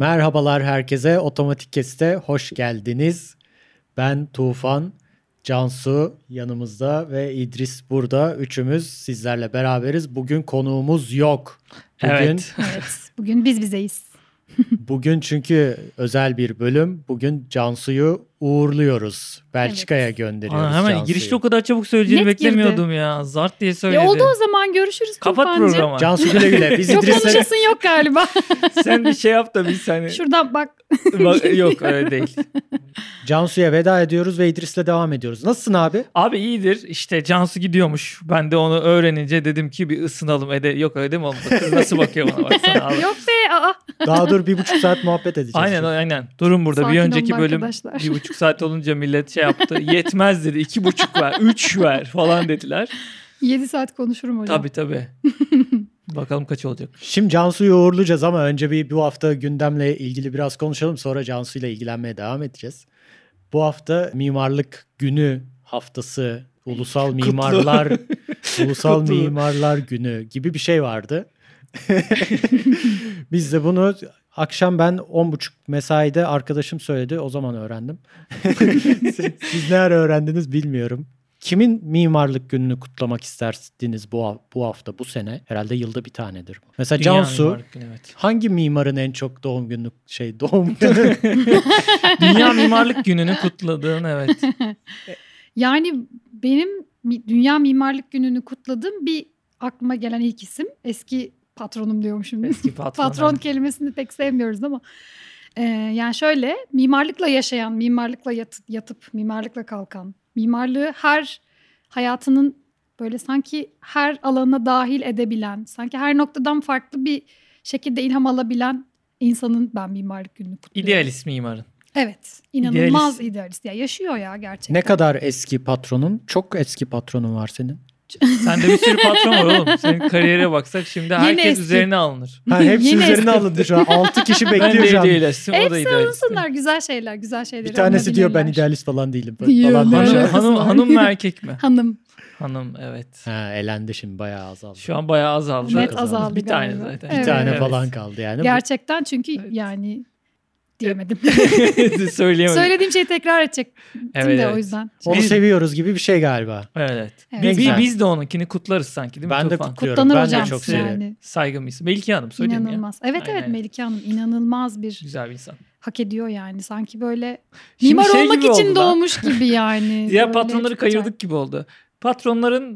Merhabalar herkese. Otomatik Kesit'e hoş geldiniz. Ben Tufan, Cansu yanımızda ve İdris burada. Üçümüz sizlerle beraberiz. Bugün konuğumuz yok. Evet. Bugün biz bizeyiz. Bugün çünkü özel bir bölüm. Bugün Cansu'yu uğurluyoruz. Belçika'ya gönderiyoruz hemen Cansu'yu. girişte o kadar çabuk söyleyeceğini Net beklemiyordum ya. Zart diye söyledi. Oldu o zaman, görüşürüz Kapat Tufancığım. programı. Cansu güle güle. Biz Çok İdris'le... konuşasın yok galiba. Sen bir şey yap da biz hani... Şuradan bak. Yok öyle değil. Cansu'ya veda ediyoruz ve İdris'le devam ediyoruz. Nasılsın abi? Abi iyidir. İşte Cansu gidiyormuş. Ben de onu öğrenince dedim ki bir ısınalım. Yok öyle mi oldu? Kız nasıl bakıyor bana, baksana abi. Yok be. Aa. Daha dur 1,5 saat muhabbet edeceğiz. Aynen. Durun burada. Sakin bir olun önceki bölüm arkadaşlar. 1,5 saat olunca millet şey yaptı. Yetmez dedi. 2,5 ver. 3 ver falan dediler. 7 saat konuşurum hocam. Tabii. Bakalım kaç olacak. Şimdi Cansu'yu uğurlayacağız ama önce bu hafta gündemle ilgili biraz konuşalım. Sonra Cansu'yla ilgilenmeye devam edeceğiz. Bu hafta Mimarlık Günü haftası, Ulusal Mimarlar Günü gibi bir şey vardı. Biz de bunu akşam ben 10.30 mesaide arkadaşım söyledi. O zaman öğrendim. Siz ne ara öğrendiniz bilmiyorum. Kimin mimarlık gününü kutlamak isterdiniz bu hafta, bu sene? Herhalde yılda bir tanedir bu. Mesela Dünya Cansu, Mimarlık Günü, evet. hangi mimarın en çok doğum günü? Dünya Mimarlık Günü'nü kutladığın, evet. Yani benim Dünya Mimarlık Günü'nü kutladığım bir aklıma gelen ilk isim. Eski patronum diyormuşum. Eski Patron yani. kelimesini pek sevmiyoruz ama. Yani şöyle, mimarlıkla yaşayan, mimarlıkla yatıp, mimarlıkla kalkan, mimarlığı hayatının böyle sanki her alanına dahil edebilen, sanki her noktadan farklı bir şekilde ilham alabilen insanın ben mimarlık gününü kutluyorum. İdealist mimarın. Evet, inanılmaz idealist. Ya yaşıyor ya gerçekten. Ne kadar eski patronun? Çok eski patronun var senin. Sende bir sürü patron var oğlum. Senin kariyere baksak şimdi herkes eski. üzerine alınır. Hepsi Yeni üzerine eski. alındı şu an. 6 kişi Ben bekliyor de şu an. idealistim, o da Hepsi idealist. alınsınlar, güzel şeyleri Bir tanesi diyor ben alınabilirler. idealist falan değilim. Yok, Falan demiş. öyle. Hanım mı erkek mi? Hanım. Hanım, evet. Elendi şimdi, bayağı azaldı. Şu an bayağı azaldı. Net azaldı Bir tane galiba. zaten. Bir Evet. tane Evet. falan kaldı yani. Gerçekten çünkü Evet. yani diyemedim. Söyleyemedim. Söylediğim şeyi tekrar edecektim Evet, de evet. o yüzden. Onu Biz- seviyoruz gibi bir şey galiba. Evet. Evet. Biz de onunkini kutlarız sanki, değil mi Ben de Tufan? kutluyorum. Kutlanır Ben hocam de çok seviyorum. yani. Saygımız. Melike Hanım söyleyeyim İnanılmaz. ya. Evet Aynen. Melike Hanım inanılmaz bir Güzel bir insan. hak ediyor yani. Sanki böyle Şimdi mimar şey olmak gibi için oldu lan. doğmuş gibi yani. Diğer Böyle patronları çok kayırdık gibi oldu. Patronların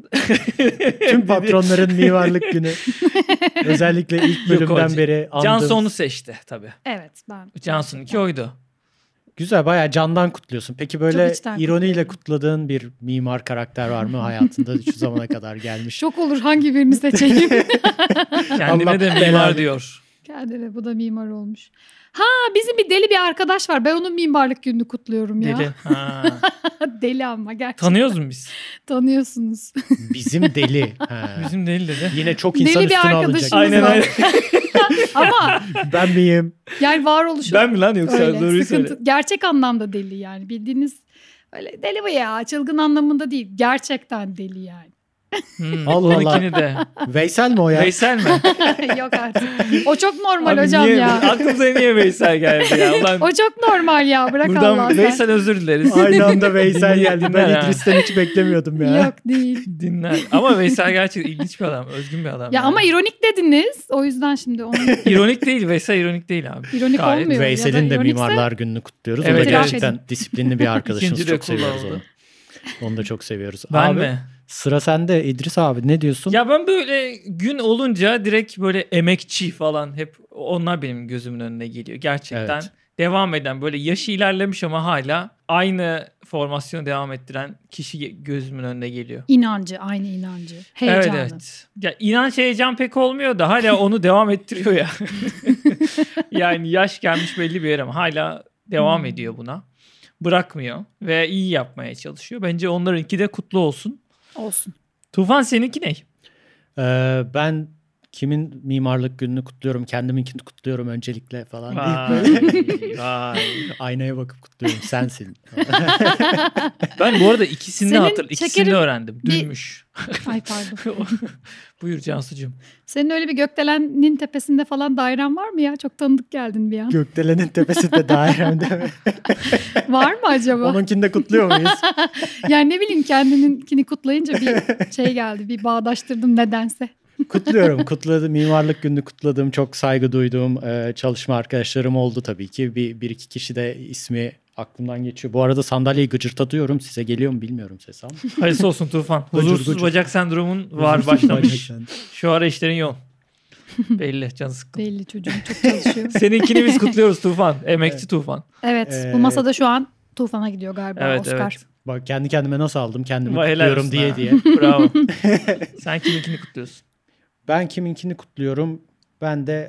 Tüm patronların mimarlık günü. Özellikle ilk Yok, bölümden o- beri andığımız. Cansu onu seçti tabii. acayip. Evet ben. Cansu'nunki oydu. Güzel, bayağı candan kutluyorsun. Peki böyle Çok içten ironiyle kutluyorum. kutladığın bir mimar karakter var mı hayatında şu zamana kadar gelmiş? Şok olur hangi birini seçeyim. Kendine Allah de belanı. mimar diyor. Kendine bu da mimar olmuş. Bizim bir deli bir arkadaş var. Ben onun mimarlık gününü kutluyorum ya. Deli. Ha. Deli ama gerçekten. Tanıyoruz mu biz? Tanıyorsunuz. Bizim deli. Ha. Bizim değil dedi. Yine çok insan Deli bir üstüne arkadaşımız alınacak. var. Aynen. Ama Ben miyim? yani varoluşu Ben mi lan yoksa öyle. doğruyu Sıkıntı. söyle. Gerçek anlamda deli yani. Bildiğiniz öyle deli bu ya. Çılgın anlamında değil. Gerçekten deli yani. Allah Allah. Onunkini de. Veysel mi o ya? Veysel mi? Yok artık. O çok normal Abi hocam niye, ya. aklımıza niye Veysel geldi ya? Ulan O çok normal ya. Bırak Allah buradan sen. Veysel özür dileriz. Aynı anda Veysel geldi. Dinler Ben ha. İdris'ten hiç beklemiyordum ya. Yok değil. Dinler. Ama Veysel gerçekten ilginç bir adam. Özgün bir adam. Ya yani. ama ironik dediniz. O yüzden şimdi onu İronik değil. Veysel ironik değil abi. İronik Gayet. olmuyor. Ya Veysel'in da de ironikse- mimarlar gününü kutluyoruz. O Evet, da evet. gerçekten disiplinli bir arkadaşımız. İkinci de Çok seviyoruz kullanıldı. onu. Onu da çok seviyoruz. Ben abi, mi? Sıra sende İdris abi, ne diyorsun? Ya ben böyle gün olunca direkt böyle emekçi falan hep onlar benim gözümün önüne geliyor. Gerçekten Evet. devam eden böyle yaşı ilerlemiş ama hala aynı formasyonu devam ettiren kişi gözümün önüne geliyor. inancı, aynı inancı. Heyecanı. Evet, evet. Ya inanç heyecan pek olmuyor da hala onu devam ettiriyor ya. Yani yaş gelmiş belli bir yere ama hala devam ediyor buna. Bırakmıyor ve iyi yapmaya çalışıyor. Bence onlarınki de kutlu olsun. Olsun. Tufan seninki ne? Ben Kimin mimarlık gününü kutluyorum, kendiminkini kutluyorum öncelikle falan Vay, deyip vay. aynaya bakıp kutluyorum, sensin. Ben bu arada ikisini Senin ikisini şekerim öğrendim. bir- Dünmüş. Ay pardon. Buyur Cansucuğum. Senin öyle bir gökdelenin tepesinde falan dairen var mı ya? Çok tanıdık geldin bir an. Gökdelenin tepesinde dairemde mi? Var mı acaba? Onunkini de kutluyor muyuz? Yani ne bileyim kendininkini kutlayınca bir şey geldi. Bir bağdaştırdım nedense. Kutluyorum. Kutladım. Mimarlık gününü kutladığım, çok saygı duyduğum çalışma arkadaşlarım oldu tabii ki. Bir iki kişi de ismi aklımdan geçiyor. Bu arada sandalyeyi gıcırtatıyorum. Size geliyor mu bilmiyorum ses ama. Hayırlısı olsun Tufan. Gıcır Huzursuz gıcır. bacak sendromun var, Huzursuz başlamış. bacaktan. Şu ara işlerin yoğun. Belli, canı sıkkın. Belli çocuğum çok çalışıyor. Seninkini biz kutluyoruz Tufan. Emekçi Evet. Tufan. Evet bu masada şu an Tufan'a gidiyor galiba Evet, Oscar. evet. Bak kendi kendime nasıl aldım, kendimi Vay, helal kutluyorum olsun diye ha. diye. Bravo. Sen kiminkini kutluyorsun? Ben kiminkini kutluyorum? Ben de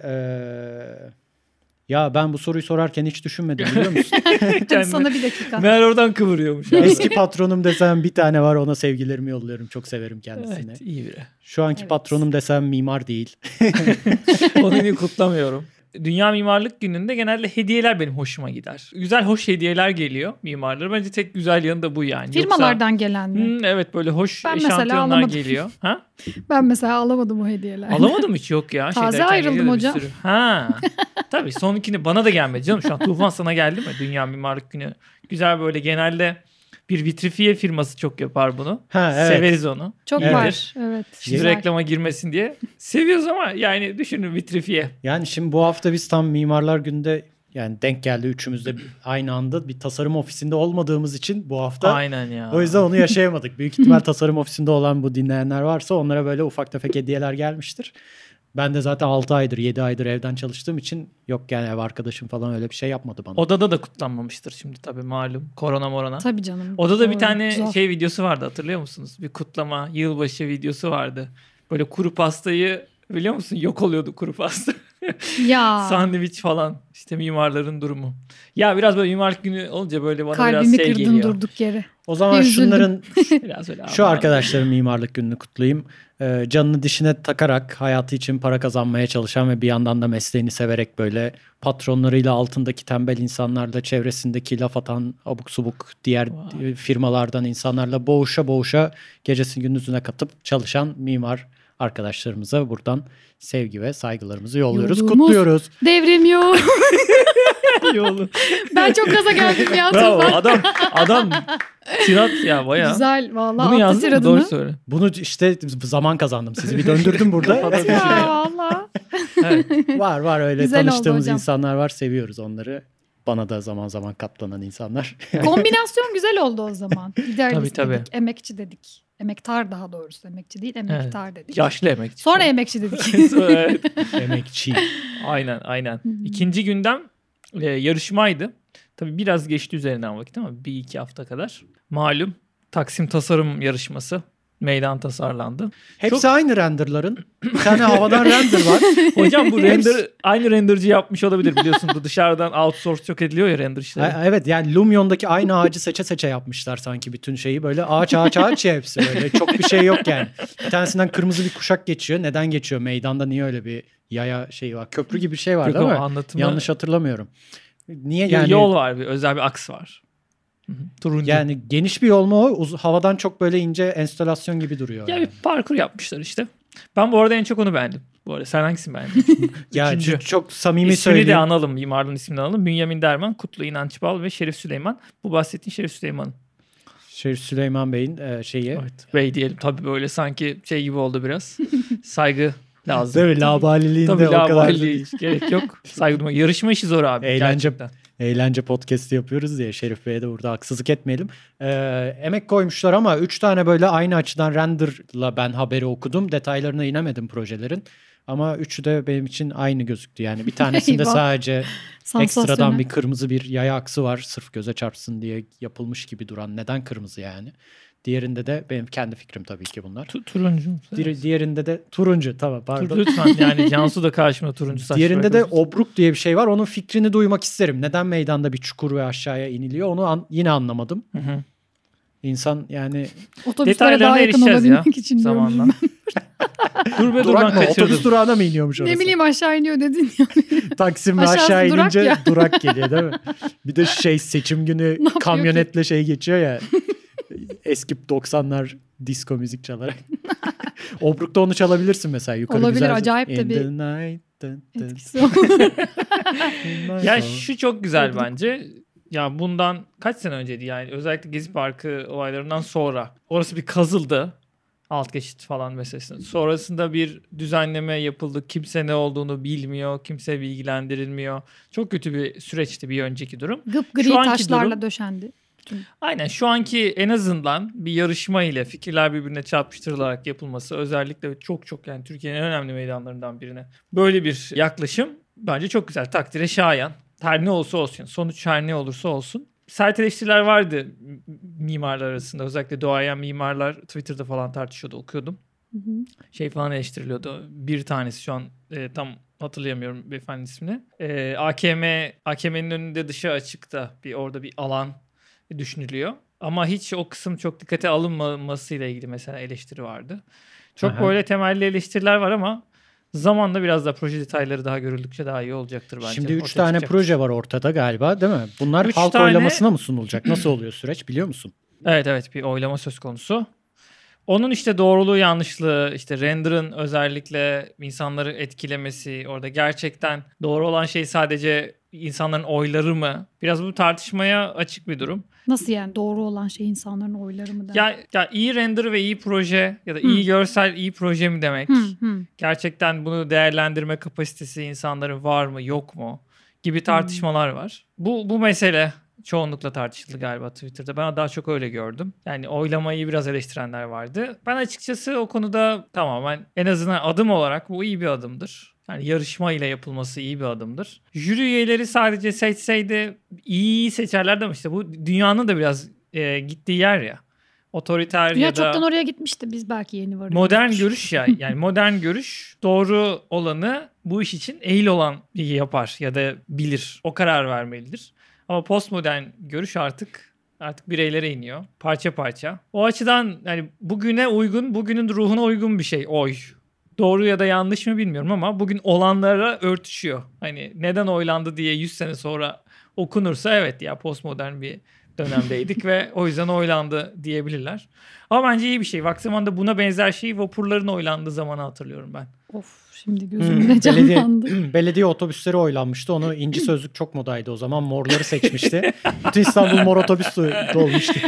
ya ben bu soruyu sorarken hiç düşünmedim biliyor musun? Kendine- Sana bir dakika. Meğer oradan kıvırıyormuş. abi. Eski patronum desem bir tane var, ona sevgilerimi yolluyorum. Çok severim kendisini. Evet, iyi biri. Şu anki Evet. patronum desem mimar değil. Onu kutlamıyorum. Dünya Mimarlık Günü'nde genelde hediyeler benim hoşuma gider. Güzel, hoş hediyeler geliyor mimarlara. Bence tek güzel yanı da bu yani. Firmalardan gelen mi? Evet, böyle hoş Ben mesela eşantiyonlar alamadım. geliyor. Ha? Ben mesela alamadım o hediyeler. Alamadım hiç, yok ya. Taze Şeylerken ayrıldım geliyor da bir hocam. sürü. Ha. Tabii sonunkini bana da gelmedi canım. Şu an Tufan sana geldi mi? Dünya Mimarlık Günü. Güzel, böyle genelde bir vitrifiye firması çok yapar bunu. Ha, evet. Severiz onu. Çok Evet. var. Evet. Şimdi güzel. reklama girmesin diye. Seviyoruz ama yani düşünün, vitrifiye. Yani şimdi bu hafta biz tam Mimarlar Günü'nde, yani denk geldi üçümüz de aynı anda bir tasarım ofisinde olmadığımız için bu hafta. Aynen ya. O yüzden onu yaşayamadık. Büyük ihtimal tasarım ofisinde olan bu dinleyenler varsa onlara böyle ufak tefek hediyeler gelmiştir. Ben de zaten 6 aydır 7 aydır evden çalıştığım için yok yani, ev arkadaşım falan öyle bir şey yapmadı bana. Odada da kutlanmamıştır şimdi tabii, malum. Korona morona. Tabii canım. Odada bir Doğru, tane zor. şey videosu vardı, hatırlıyor musunuz? Bir kutlama, yılbaşı videosu vardı. Böyle kuru pastayı, biliyor musun? Yok oluyordu kuru pasta. Ya Sandviç falan. İşte mimarların durumu. Ya biraz böyle mimarlık günü olunca böyle bana biraz kalbimi şey kırdın geliyor. durduk yere. O zaman Üzüldüm. şunların Biraz öyle şu aman. arkadaşların mimarlık gününü kutlayayım. Canını dişine takarak hayatı için para kazanmaya çalışan ve bir yandan da mesleğini severek böyle patronlarıyla, altındaki tembel insanlarla, çevresindeki laf atan abuk subuk diğer Vay. firmalardan insanlarla boğuşa boğuşa gecesini gündüzüne katıp çalışan mimar arkadaşlarımıza buradan sevgi ve saygılarımızı yolluyoruz. Yolluğumuz. Kutluyoruz. Devremiyor. İyi oldu. Ben çok gaza geldim ya. Bravo, Tufan. adam tirat ya bayağı. Güzel vallahi. Bunu attı yazdın mı? tiradını. Doğru söyle. Bunu işte zaman kazandım. Sizi bir döndürdüm burada. Kafada Ya düşünüyor. valla. Evet. Var öyle Güzel oldu tanıştığımız hocam. insanlar var. Seviyoruz onları. Bana da zaman zaman katlanan insanlar. Kombinasyon güzel oldu o zaman. İdealist Tabii. dedik, emekçi dedik. Emektar daha doğrusu. Emekçi değil, emektar dedik. Yaşlı emekçi. Sonra emekçi dedik. Evet. Emekçi. Aynen. İkinci gündem yarışmaydı. Tabii biraz geçti üzerinden vakit ama 1-2 hafta kadar. Malum Taksim Tasarım Yarışması meydan tasarlandı. Hepsi aynı renderların. Bir tane havadan render var. Hocam bu render aynı renderci yapmış olabilir, biliyorsun. Bu dışarıdan outsource çok ediliyor ya render işleri. Evet yani Lumion'daki aynı ağacı seçe seçe yapmışlar sanki bütün şeyi. Böyle ağaç ya hepsi böyle. Çok bir şey yok yani. Bir tanesinden kırmızı bir kuşak geçiyor. Neden geçiyor? Meydanda niye öyle bir yaya şeyi var? Köprü gibi bir şey var Yok değil mi? ama anlatımı. Yanlış hatırlamıyorum. Niye yani? Yol var, özel bir aks var. Hı hı. Turuncu. Yani geniş bir yol mu o? Havadan çok böyle ince enstalasyon gibi duruyor. Ya yani. bir parkur yapmışlar işte. Ben bu arada en çok onu beğendim. Bu arada sen hangisini beğendin? Ya Üçüncü. çok samimi İsmini de söyleyeyim. analım. Mimarlığın ismini analım. Bünyamin Derman, Kutlu İnanç Bal ve Şerif Süleyman. Bu bahsettiğin Şerif Süleyman. Şerif Süleyman Bey'in şeyi. Evet. Bey diyelim. Tabii böyle sanki şey gibi oldu biraz. Saygı lazım. Değil mi? Labaliliğinde Tabii o kadar. labaliliği hiç gerek yok. Saygı duymak. Yarışma işi zor abi. Eğlence. Gerçekten. Eğlence podcast'i yapıyoruz diye Şerif Bey'e de burada haksızlık etmeyelim. Emek koymuşlar ama 3 tane böyle aynı açıdan renderla ben haberi okudum. Detaylarına inemedim projelerin. Ama üçü de benim için aynı gözüktü. Yani bir tanesinde Eyvah. sadece ekstradan Sansasyonel. bir kırmızı bir yaya aksı var. Sırf göze çarpsın diye yapılmış gibi duran. Neden kırmızı yani? Diğerinde de benim kendi fikrim tabii ki bunlar. Turuncu. Diğerinde de turuncu, tamam pardon. Lütfen yani Cansu da karşıma turuncu saç. Diğerinde de bırakıyorsun. obruk diye bir şey var. Onun fikrini duymak isterim. Neden meydanda bir çukur ve aşağıya iniliyor? Onu yine anlamadım. Hı hı. İnsan yani Otobüslere Detaylarına daha yakın erişeceğiz ya olabilmek için diyorum. zamanla. Dur be dur Durak ben mı? Otobüs kaçırdım. durağına mı iniyormuş orası? Ne bileyim aşağı iniyor dedin ya. Taksim'le Aşağısı aşağı durak inince ya. durak geliyor değil mi? Bir de seçim günü yapıyor kamyonetle şey geçiyor ya. Eski 90'lar disco müzik çalarak. Obruk'ta onu çalabilirsin mesela. Yukarı Olabilir, güzel. acayip In de bir the night, dın dın, Etkisi o. in my Ya heart. şu çok güzel Obruk. bence. Ya bundan kaç sene önceydi yani özellikle Gezi Parkı olaylarından sonra. Orası bir kazıldı. Alt geçit falan meselesi. Sonrasında bir düzenleme yapıldı. Kimse ne olduğunu bilmiyor. Kimse bilgilendirilmiyor. Çok kötü bir süreçti bir önceki durum. Gıpgri Şu anki taşlarla durum- döşendi. Aynen şu anki en azından bir yarışma ile fikirler birbirine çarpıştırılarak yapılması özellikle çok yani Türkiye'nin en önemli meydanlarından birine. Böyle bir yaklaşım bence çok güzel. Takdire şayan. Her ne olsa olsun. Sonuç her ne olursa olsun. Sert eleştiriler vardı mimarlar arasında. Özellikle doğayan mimarlar Twitter'da falan tartışıyordu, okuyordum. Hı hı. Şey falan eleştiriliyordu. Bir tanesi şu an tam hatırlayamıyorum beyefendi ismini. AKM'nin önünde dışı açıkta orada bir alan düşünülüyor. Ama hiç o kısım çok dikkate alınmamasıyla ilgili mesela eleştiri vardı. Çok Aha. böyle temelli eleştiriler var ama zamanla biraz da proje detayları daha görüldükçe daha iyi olacaktır bence. Şimdi 3 Ortaya tane çıkacaktır. proje var ortada galiba değil mi? Bunlar Üç halk tane- oylamasına mı sunulacak? Nasıl oluyor süreç biliyor musun? Evet bir oylama söz konusu. Onun işte doğruluğu yanlışlığı işte render'ın özellikle insanları etkilemesi orada gerçekten doğru olan şey sadece insanların oyları mı? Biraz bu tartışmaya açık bir durum. Nasıl yani doğru olan şey insanların oyları mı demek? Ya iyi render ve iyi proje ya da iyi görsel iyi proje mi demek? Hı. Gerçekten bunu değerlendirme kapasitesi insanların var mı yok mu gibi tartışmalar var. Bu mesele çoğunlukla tartışıldı galiba Twitter'da. Ben daha çok öyle gördüm. Yani oylamayı biraz eleştirenler vardı. Ben açıkçası o konuda tamamen en azından adım olarak bu iyi bir adımdır. Yani yarışma ile yapılması iyi bir adımdır. Jüri üyeleri sadece seçseydi iyi seçerler de işte bu dünyanın da biraz gittiği yer ya. Otoriter Dünya ya da çoktan oraya gitmişti. Biz belki yeni varıyoruz. modern görüş ya. Yani modern görüş doğru olanı bu iş için eğil olan yapar ya da bilir. O karar vermelidir. Ama postmodern görüş artık bireylere iniyor. Parça parça. O açıdan yani bugüne uygun, bugünün ruhuna uygun bir şey oy. Doğru ya da yanlış mı bilmiyorum ama bugün olanlara örtüşüyor. Hani neden oylandı diye 100 sene sonra okunursa evet ya postmodern bir dönemdeydik ve o yüzden oylandı diyebilirler. Ama bence iyi bir şey. Vakti zamanında buna benzer şeyi vapurların oylandığı zamanı hatırlıyorum ben. Of şimdi gözümde canlandı. Belediye otobüsleri oylanmıştı. Onu İnci Sözlük çok modaydı o zaman. Morları seçmişti. Bütün İstanbul mor otobüs dolmuştu.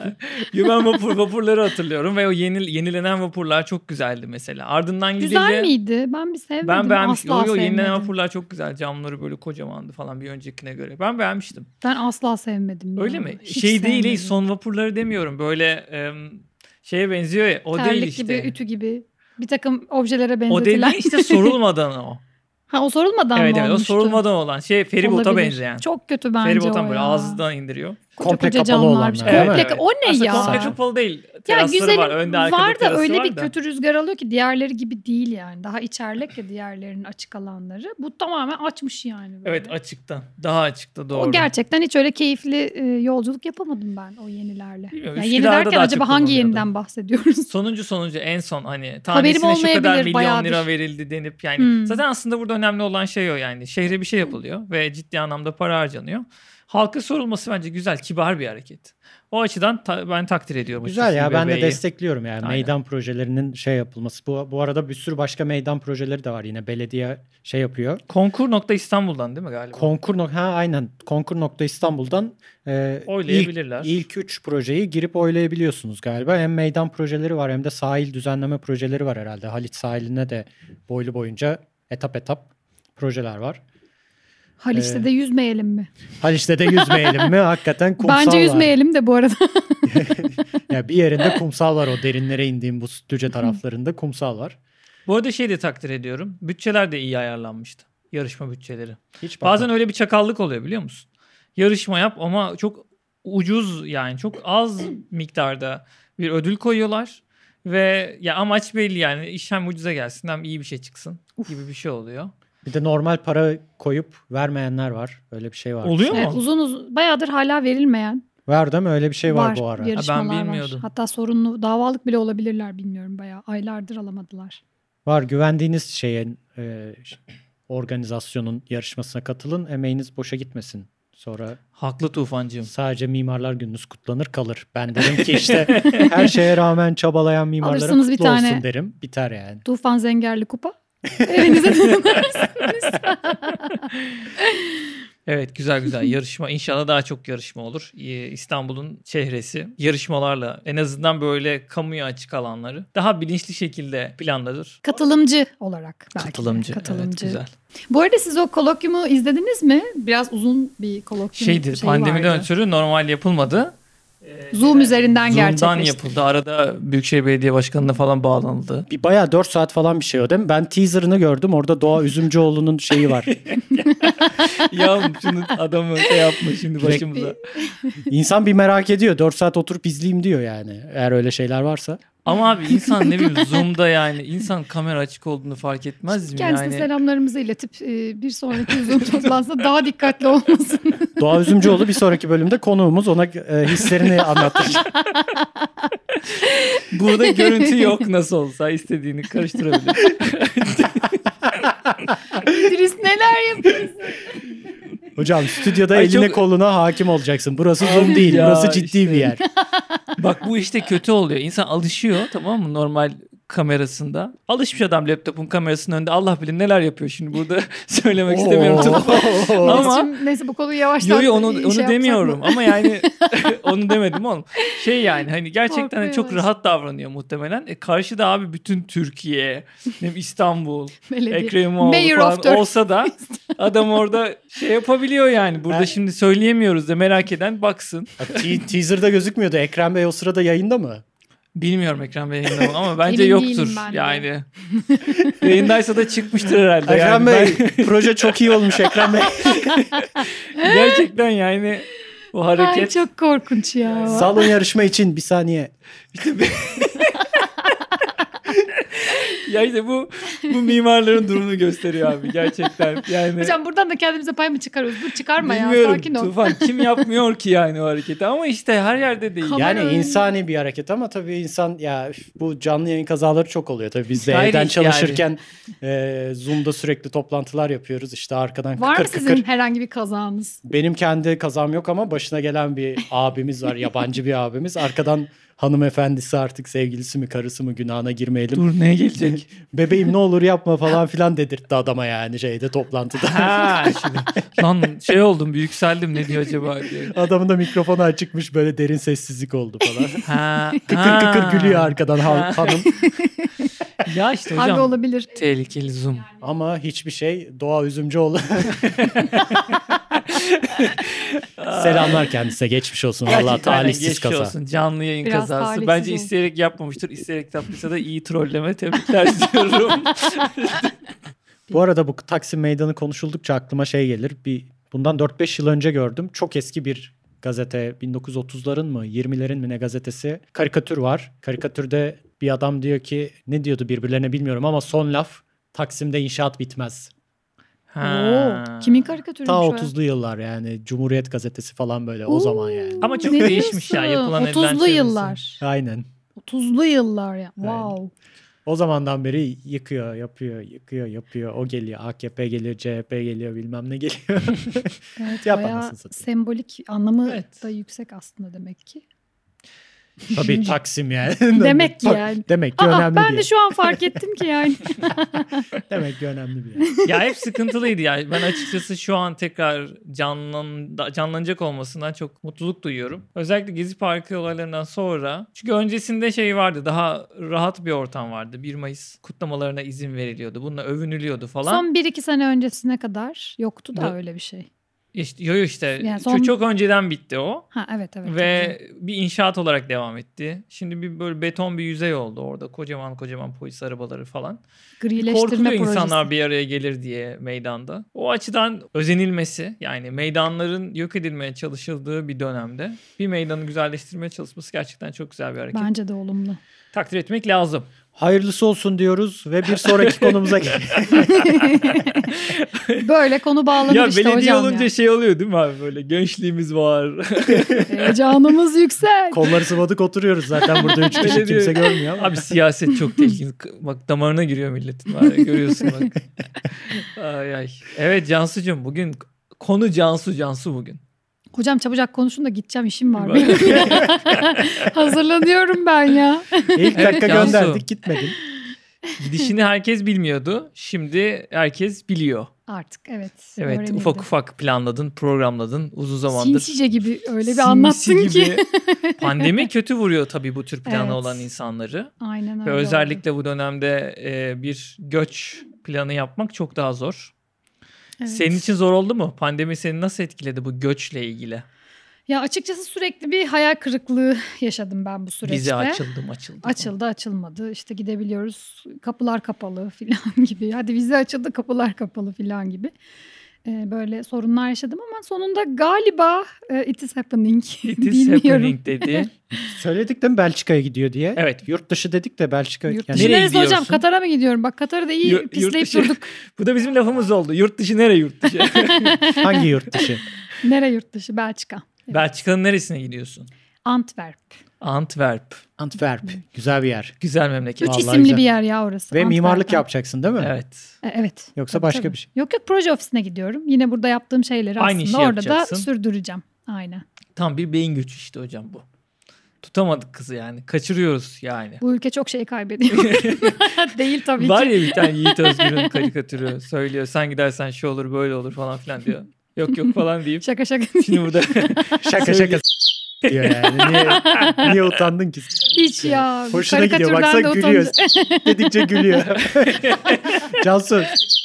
Ben vapurları hatırlıyorum ve o yenilenen vapurlar çok güzeldi mesela. Ardından gidildi. Güzel miydi? Ben bir sevmedim. Ben beğenmiştim. Asla Yenilenen sevmedim. vapurlar çok güzel. Camları böyle kocamandı falan bir öncekine göre. Ben beğenmiştim. Ben asla sevmedim. Öyle ya. mi? Hiç Değil sevmedim. son vapurları demiyorum. Böyle şeye benziyor ya. O Terlik değil işte. gibi, ütü gibi. Bir takım objelere O değil benzetilen. işte sorulmadan o. Ha o sorulmadan Evet mı evet o olmuştu? sorulmadan olan şey feribota Olabilir. benzeyen. Çok kötü bence Feribotan o böyle ya. ağzından indiriyor. Komple Koca kapalı camlar. olanlar değil mi? Komple, Evet. o ne Aslında ya? komple kapalı değil. Ya Terasları güzelim var. Önde arkada var da terası öyle var bir da. kötü rüzgar alıyor ki diğerleri gibi değil yani. Daha içerlek ya diğerlerinin açık alanları. Bu tamamen açmış yani. Böyle. Evet açıkta. Daha açıkta doğru. O gerçekten hiç öyle keyifli yolculuk yapamadım ben o yenilerle. Bilmiyorum, Yani yeni Üsküdar'da derken daha acaba çok hangi kullanılıyordu. yeniden bahsediyoruz? Sonuncu en son hani Haberim tanesine şu kadar olmayabilir, milyon bayağıdır. lira verildi denip yani zaten Hmm. aslında burada önemli olan şey o yani. Şehre bir şey yapılıyor ve ciddi anlamda para harcanıyor. Halka sorulması bence güzel, kibar bir hareket. O açıdan ben takdir ediyorum. Güzel açıkçası ya ben de İBB'yi. destekliyorum yani Aynen. meydan projelerinin şey yapılması. Bu arada bir sürü başka meydan projeleri de var yine belediye şey yapıyor. Konkur.İstanbul'dan değil mi galiba? Aynen Konkur.İstanbul'dan Oylayabilirler. ilk 3 projeyi girip oylayabiliyorsunuz galiba. Hem meydan projeleri var hem de sahil düzenleme projeleri var herhalde. Haliç sahiline de boylu boyunca etap projeler var. Haliç'te de yüzmeyelim mi? Haliç'te de yüzmeyelim mi? Hakikaten kumsal Bence var. yüzmeyelim de bu arada. Ya bir yerinde kumsal var o derinlere indiğim bu Sütlüce taraflarında kumsal var. Bu arada şey de takdir ediyorum. Bütçeler de iyi ayarlanmıştı. Yarışma bütçeleri. Hiç Bazen öyle bir çakallık oluyor biliyor musun? Yarışma yap ama çok ucuz yani çok az miktarda bir ödül koyuyorlar. Ve ya amaç belli yani iş hem ucuza gelsin hem iyi bir şey çıksın gibi bir şey oluyor. Bir de normal para koyup vermeyenler var. Öyle bir şey var. Oluyor Evet, mu? uzun bayağıdır hala verilmeyen Var değil mi? Öyle bir şey var bu ara. yarışmalar Ben bilmiyordum. var. Hatta sorunlu davalık bile olabilirler bilmiyorum bayağı. Aylardır alamadılar. Var, güvendiğiniz şeyin organizasyonun yarışmasına katılın. Emeğiniz boşa gitmesin. Sonra Haklı Tufancığım. sadece Mimarlar Gününüz kutlanır kalır. Ben derim ki işte her şeye rağmen çabalayan mimarlara Alırsınız bir kutlu tane. olsun derim. Biter yani. Tufan Zengerli kupa. Evinize tanımlarsınız. Evet, güzel yarışma. İnşallah daha çok yarışma olur. İstanbul'un çehresi yarışmalarla en azından böyle kamuya açık alanları daha bilinçli şekilde planlanır. Katılımcı olarak belki. Katılımcı. Evet, güzel. Bu arada siz o kolokyumu izlediniz mi? Biraz uzun bir kolokyum Şeydi, pandemiden vardı. ötürü normal yapılmadı. Zoom üzerinden Zoom'dan gerçekleşti. yapıldı. Arada Büyükşehir Belediye Başkanı'na falan bağlanıldı. Bir bayağı 4 saat falan bir şey o değil mi? Ben teaser'ını gördüm. Orada Doğa Üzümcüoğlu'nun şeyi var. Ya şunu adamı yapma şimdi başımıza. İnsan bir merak ediyor. 4 saat oturup izleyeyim diyor yani. Eğer öyle şeyler varsa. Ama abi insan ne bileyim Zoom'da yani insan kamera açık olduğunu fark etmez mi? Kendisine Yani selamlarımızı iletip bir sonraki Zoom toplantısında daha dikkatli olmasın. Doğa Üzümcüoğlu bir sonraki bölümde konuğumuz. Ona hislerini anlatacak. burada görüntü yok, nasıl olsa istediğini karıştırabilir. İdris neler yapıyorsun? Hocam stüdyoda Ay eline çok- koluna hakim olacaksın. Burası Zoom Abi değil. ya, Burası ciddi işte. bir yer. Bak bu işte kötü oluyor. İnsan alışıyor, tamam mı, normal kamerasında. Alışmış adam laptopun kamerasının önünde. Allah bilir neler yapıyor şimdi burada söylemek istemiyorum. Ama Şimdi, neyse bu konuyu yavaştan yo onu yapsak demiyorum mı? ama yani onu demedim oğlum. Şey yani hani gerçekten de Korkuyor çok musun? rahat davranıyor muhtemelen. Karşıda abi bütün Türkiye, ne bileyim İstanbul, Belediye. Ekrem İmamoğlu Mayor falan of Turkey. olsa da adam orada şey yapabiliyor yani. Burada Ben- şimdi söyleyemiyoruz da merak eden baksın. Teaser'da gözükmüyordu. Ekrem Bey o sırada yayında mı? Bilmiyorum Ekrem Bey yayında mı ama bence Emin yoktur. değilim ben de. Yani yayındaysa da çıkmıştır herhalde. Ekrem Yani Bey proje çok iyi olmuş Ekrem Bey. gerçekten yani o hareket. Ay çok korkunç ya. Salon yarışma için bir saniye. Ya işte bu mimarların durumunu gösteriyor abi gerçekten. Yani Hocam buradan da kendimize pay mı çıkarıyoruz? Dur çıkarma ya, bilmiyorum sakin ol. Tufan kim yapmıyor ki yani o hareketi ama işte her yerde değil. Kamera Yani önünde. insani bir hareket ama tabii insan ya bu canlı yayın kazaları çok oluyor. Tabii biz de Hayır, evden yani. çalışırken Zoom'da sürekli toplantılar yapıyoruz. İşte arkadan Var mı kıkır sizin kıkır. herhangi bir kazanız? Benim kendi kazam yok ama başına gelen bir abimiz var. Yabancı bir abimiz. Arkadan hanımefendisi artık sevgilisi mi karısı mı günahına girmeyelim. Dur neye gelecek? Bebeğim ne olur yapma falan filan dedirtti adama yani şeyde toplantıda. Ha şimdi lan şey oldum bir yükseldim ne diyor acaba diye. Adamın da mikrofonu açıkmış böyle derin sessizlik oldu falan. Ha, Kıkır kıkır gülüyor arkadan hanım. Ya işte Abi hocam olabilir. tehlikeli Zoom. Ama hiçbir şey Doğa Üzümcüoğlu. Selamlar kendisine geçmiş olsun. Valla Gerçekten talihsiz geçmiş kaza. olsun. Canlı yayın Biraz kazası. talihsiz Bence oldu. isteyerek yapmamıştır. İsteyerek yapmışsa da iyi trolleme tebrikler diyorum. Bu arada bu Taksim Meydanı konuşuldukça aklıma şey gelir. Bundan 4-5 yıl önce gördüm. Çok eski bir gazete 1930'ların mı 20'lerin mi ne gazetesi. Karikatür var. Karikatürde bir adam diyor ki ne diyordu birbirlerine bilmiyorum ama son laf Taksim'de inşaat bitmez. Ha. Oo, kimin karikatürüymüş Ta o ya? 30'lu yıllar yani Cumhuriyet gazetesi falan böyle o zaman yani. Ama çok Ne değişmiş ya, diyorsun? yapılan 30'lu edilen yıllar. Aynen. 30'lu yıllar ya. Aynen. Wow. O zamandan beri yıkıyor, yapıyor. O geliyor, AKP geliyor, CHP geliyor, bilmem ne geliyor. Evet, Yap bayağı anasını satayım. sembolik anlamı Evet. da yüksek aslında demek ki. Tabii Taksim yani. Demek ki yani. Demek ki Aa, önemli ben bir de yer. şu an fark ettim ki yani. Demek ki önemli bir yer. Ya hep sıkıntılıydı yani. Ben açıkçası şu an tekrar canlanacak olmasından çok mutluluk duyuyorum. Özellikle Gezi Parkı olaylarından sonra. Çünkü öncesinde şey vardı. Daha rahat bir ortam vardı. 1 Mayıs kutlamalarına izin veriliyordu. Bununla övünülüyordu falan. Son 1-2 sene öncesine kadar yoktu da Bu- öyle bir şey. İşte, işte Yani çok, son- çok önceden bitti o. Ha evet. Ve bir inşaat olarak devam etti. Şimdi bir böyle beton bir yüzey oldu orada. Kocaman polis arabaları falan. Grileştirme Korkuluyor projesi. insanlar bir araya gelir diye meydanda. O açıdan özenilmesi, yani meydanların yok edilmeye çalışıldığı bir dönemde bir meydanı güzelleştirmeye çalışması gerçekten çok güzel bir hareket. Bence de olumlu. Takdir etmek lazım. Hayırlısı olsun diyoruz ve bir sonraki konumuza Böyle konu bağlanır Ya işte belediye hocam olunca ya. şey oluyor değil mi abi, böyle gençliğimiz var. Heyecanımız yüksek. Kolları sıvadık oturuyoruz zaten burada 3 kişi Öyle diyor. kimse görmüyor ama. Abi siyaset çok tehlikeli. Bak damarına giriyor milletin. Var ya, görüyorsun bak. Ay ay. Evet Cansu'cum, bugün konu Cansu bugün. Hocam çabucak konuşun da gideceğim, işim var benim. Hazırlanıyorum ben ya. İlk dakika Cansu. gönderdik gitmedin. Gidişini herkes bilmiyordu. Şimdi herkes biliyor. Artık evet. Evet, öğrenildi. ufak ufak planladın, programladın uzun zamandır. Sinsice gibi öyle bir Sinsi anlattın ki. gibi. Pandemi kötü vuruyor tabii bu tür planı Evet. olan insanları. Aynen öyle Ve oldu. özellikle bu dönemde bir göç planı yapmak çok daha zor. Evet. Senin için zor oldu mu? Pandemi seni nasıl etkiledi bu göçle ilgili? Ya açıkçası sürekli bir hayal kırıklığı yaşadım ben bu süreçte. Vize açıldı. Açıldı açılmadı, işte gidebiliyoruz, kapılar kapalı filan gibi. Hadi vize açıldı, kapılar kapalı filan gibi. Böyle sorunlar yaşadım ama sonunda galiba it is happening. It is Bilmiyorum. happening dedi. Söyledik değil mi Belçika'ya gidiyor diye? Evet. Yurt dışı dedik de Belçika. Yurt yani dışı Nereye neresi hocam? gidiyorsun? Katar'a mı gidiyorum? Bak Katar'ı da iyi Yurt pisleyip dışı. durduk. Bu da bizim lafımız oldu. Yurt dışı nereye yurt dışı? hangi yurt dışı? Nere yurt dışı? Belçika. Evet. Belçika'nın neresine gidiyorsun? Antwerp. Antwerp. Antwerp. Güzel bir yer. Güzel memleket. 3 Vallahi isimli güzel. bir yer ya orası. Ve mimarlık Antwerp'ten. yapacaksın değil mi? Evet. Evet. Yoksa Tabii, başka tabii. bir şey. Yok proje ofisine gidiyorum. Yine burada yaptığım şeyleri Aynı aslında işi orada da yapacaksın. sürdüreceğim. Aynen. Tam bir beyin göçü işte hocam bu. Tutamadık kızı yani. Kaçırıyoruz yani. Bu ülke çok şey kaybediyor. Değil tabii Var ki. ya bir tane Yiğit Özgür'ün karikatürü söylüyor. Sen gidersen şu olur böyle olur falan filan diyor. Yok falan deyip. Şaka şaka. Şimdi burada Şaka şaka diyor yani. Niye utandın ki? Hiç ya. Hoşuna gidiyor. Karikatürden Baksana de gülüyor. utanacağım. Dedikçe gülüyor. Cansu.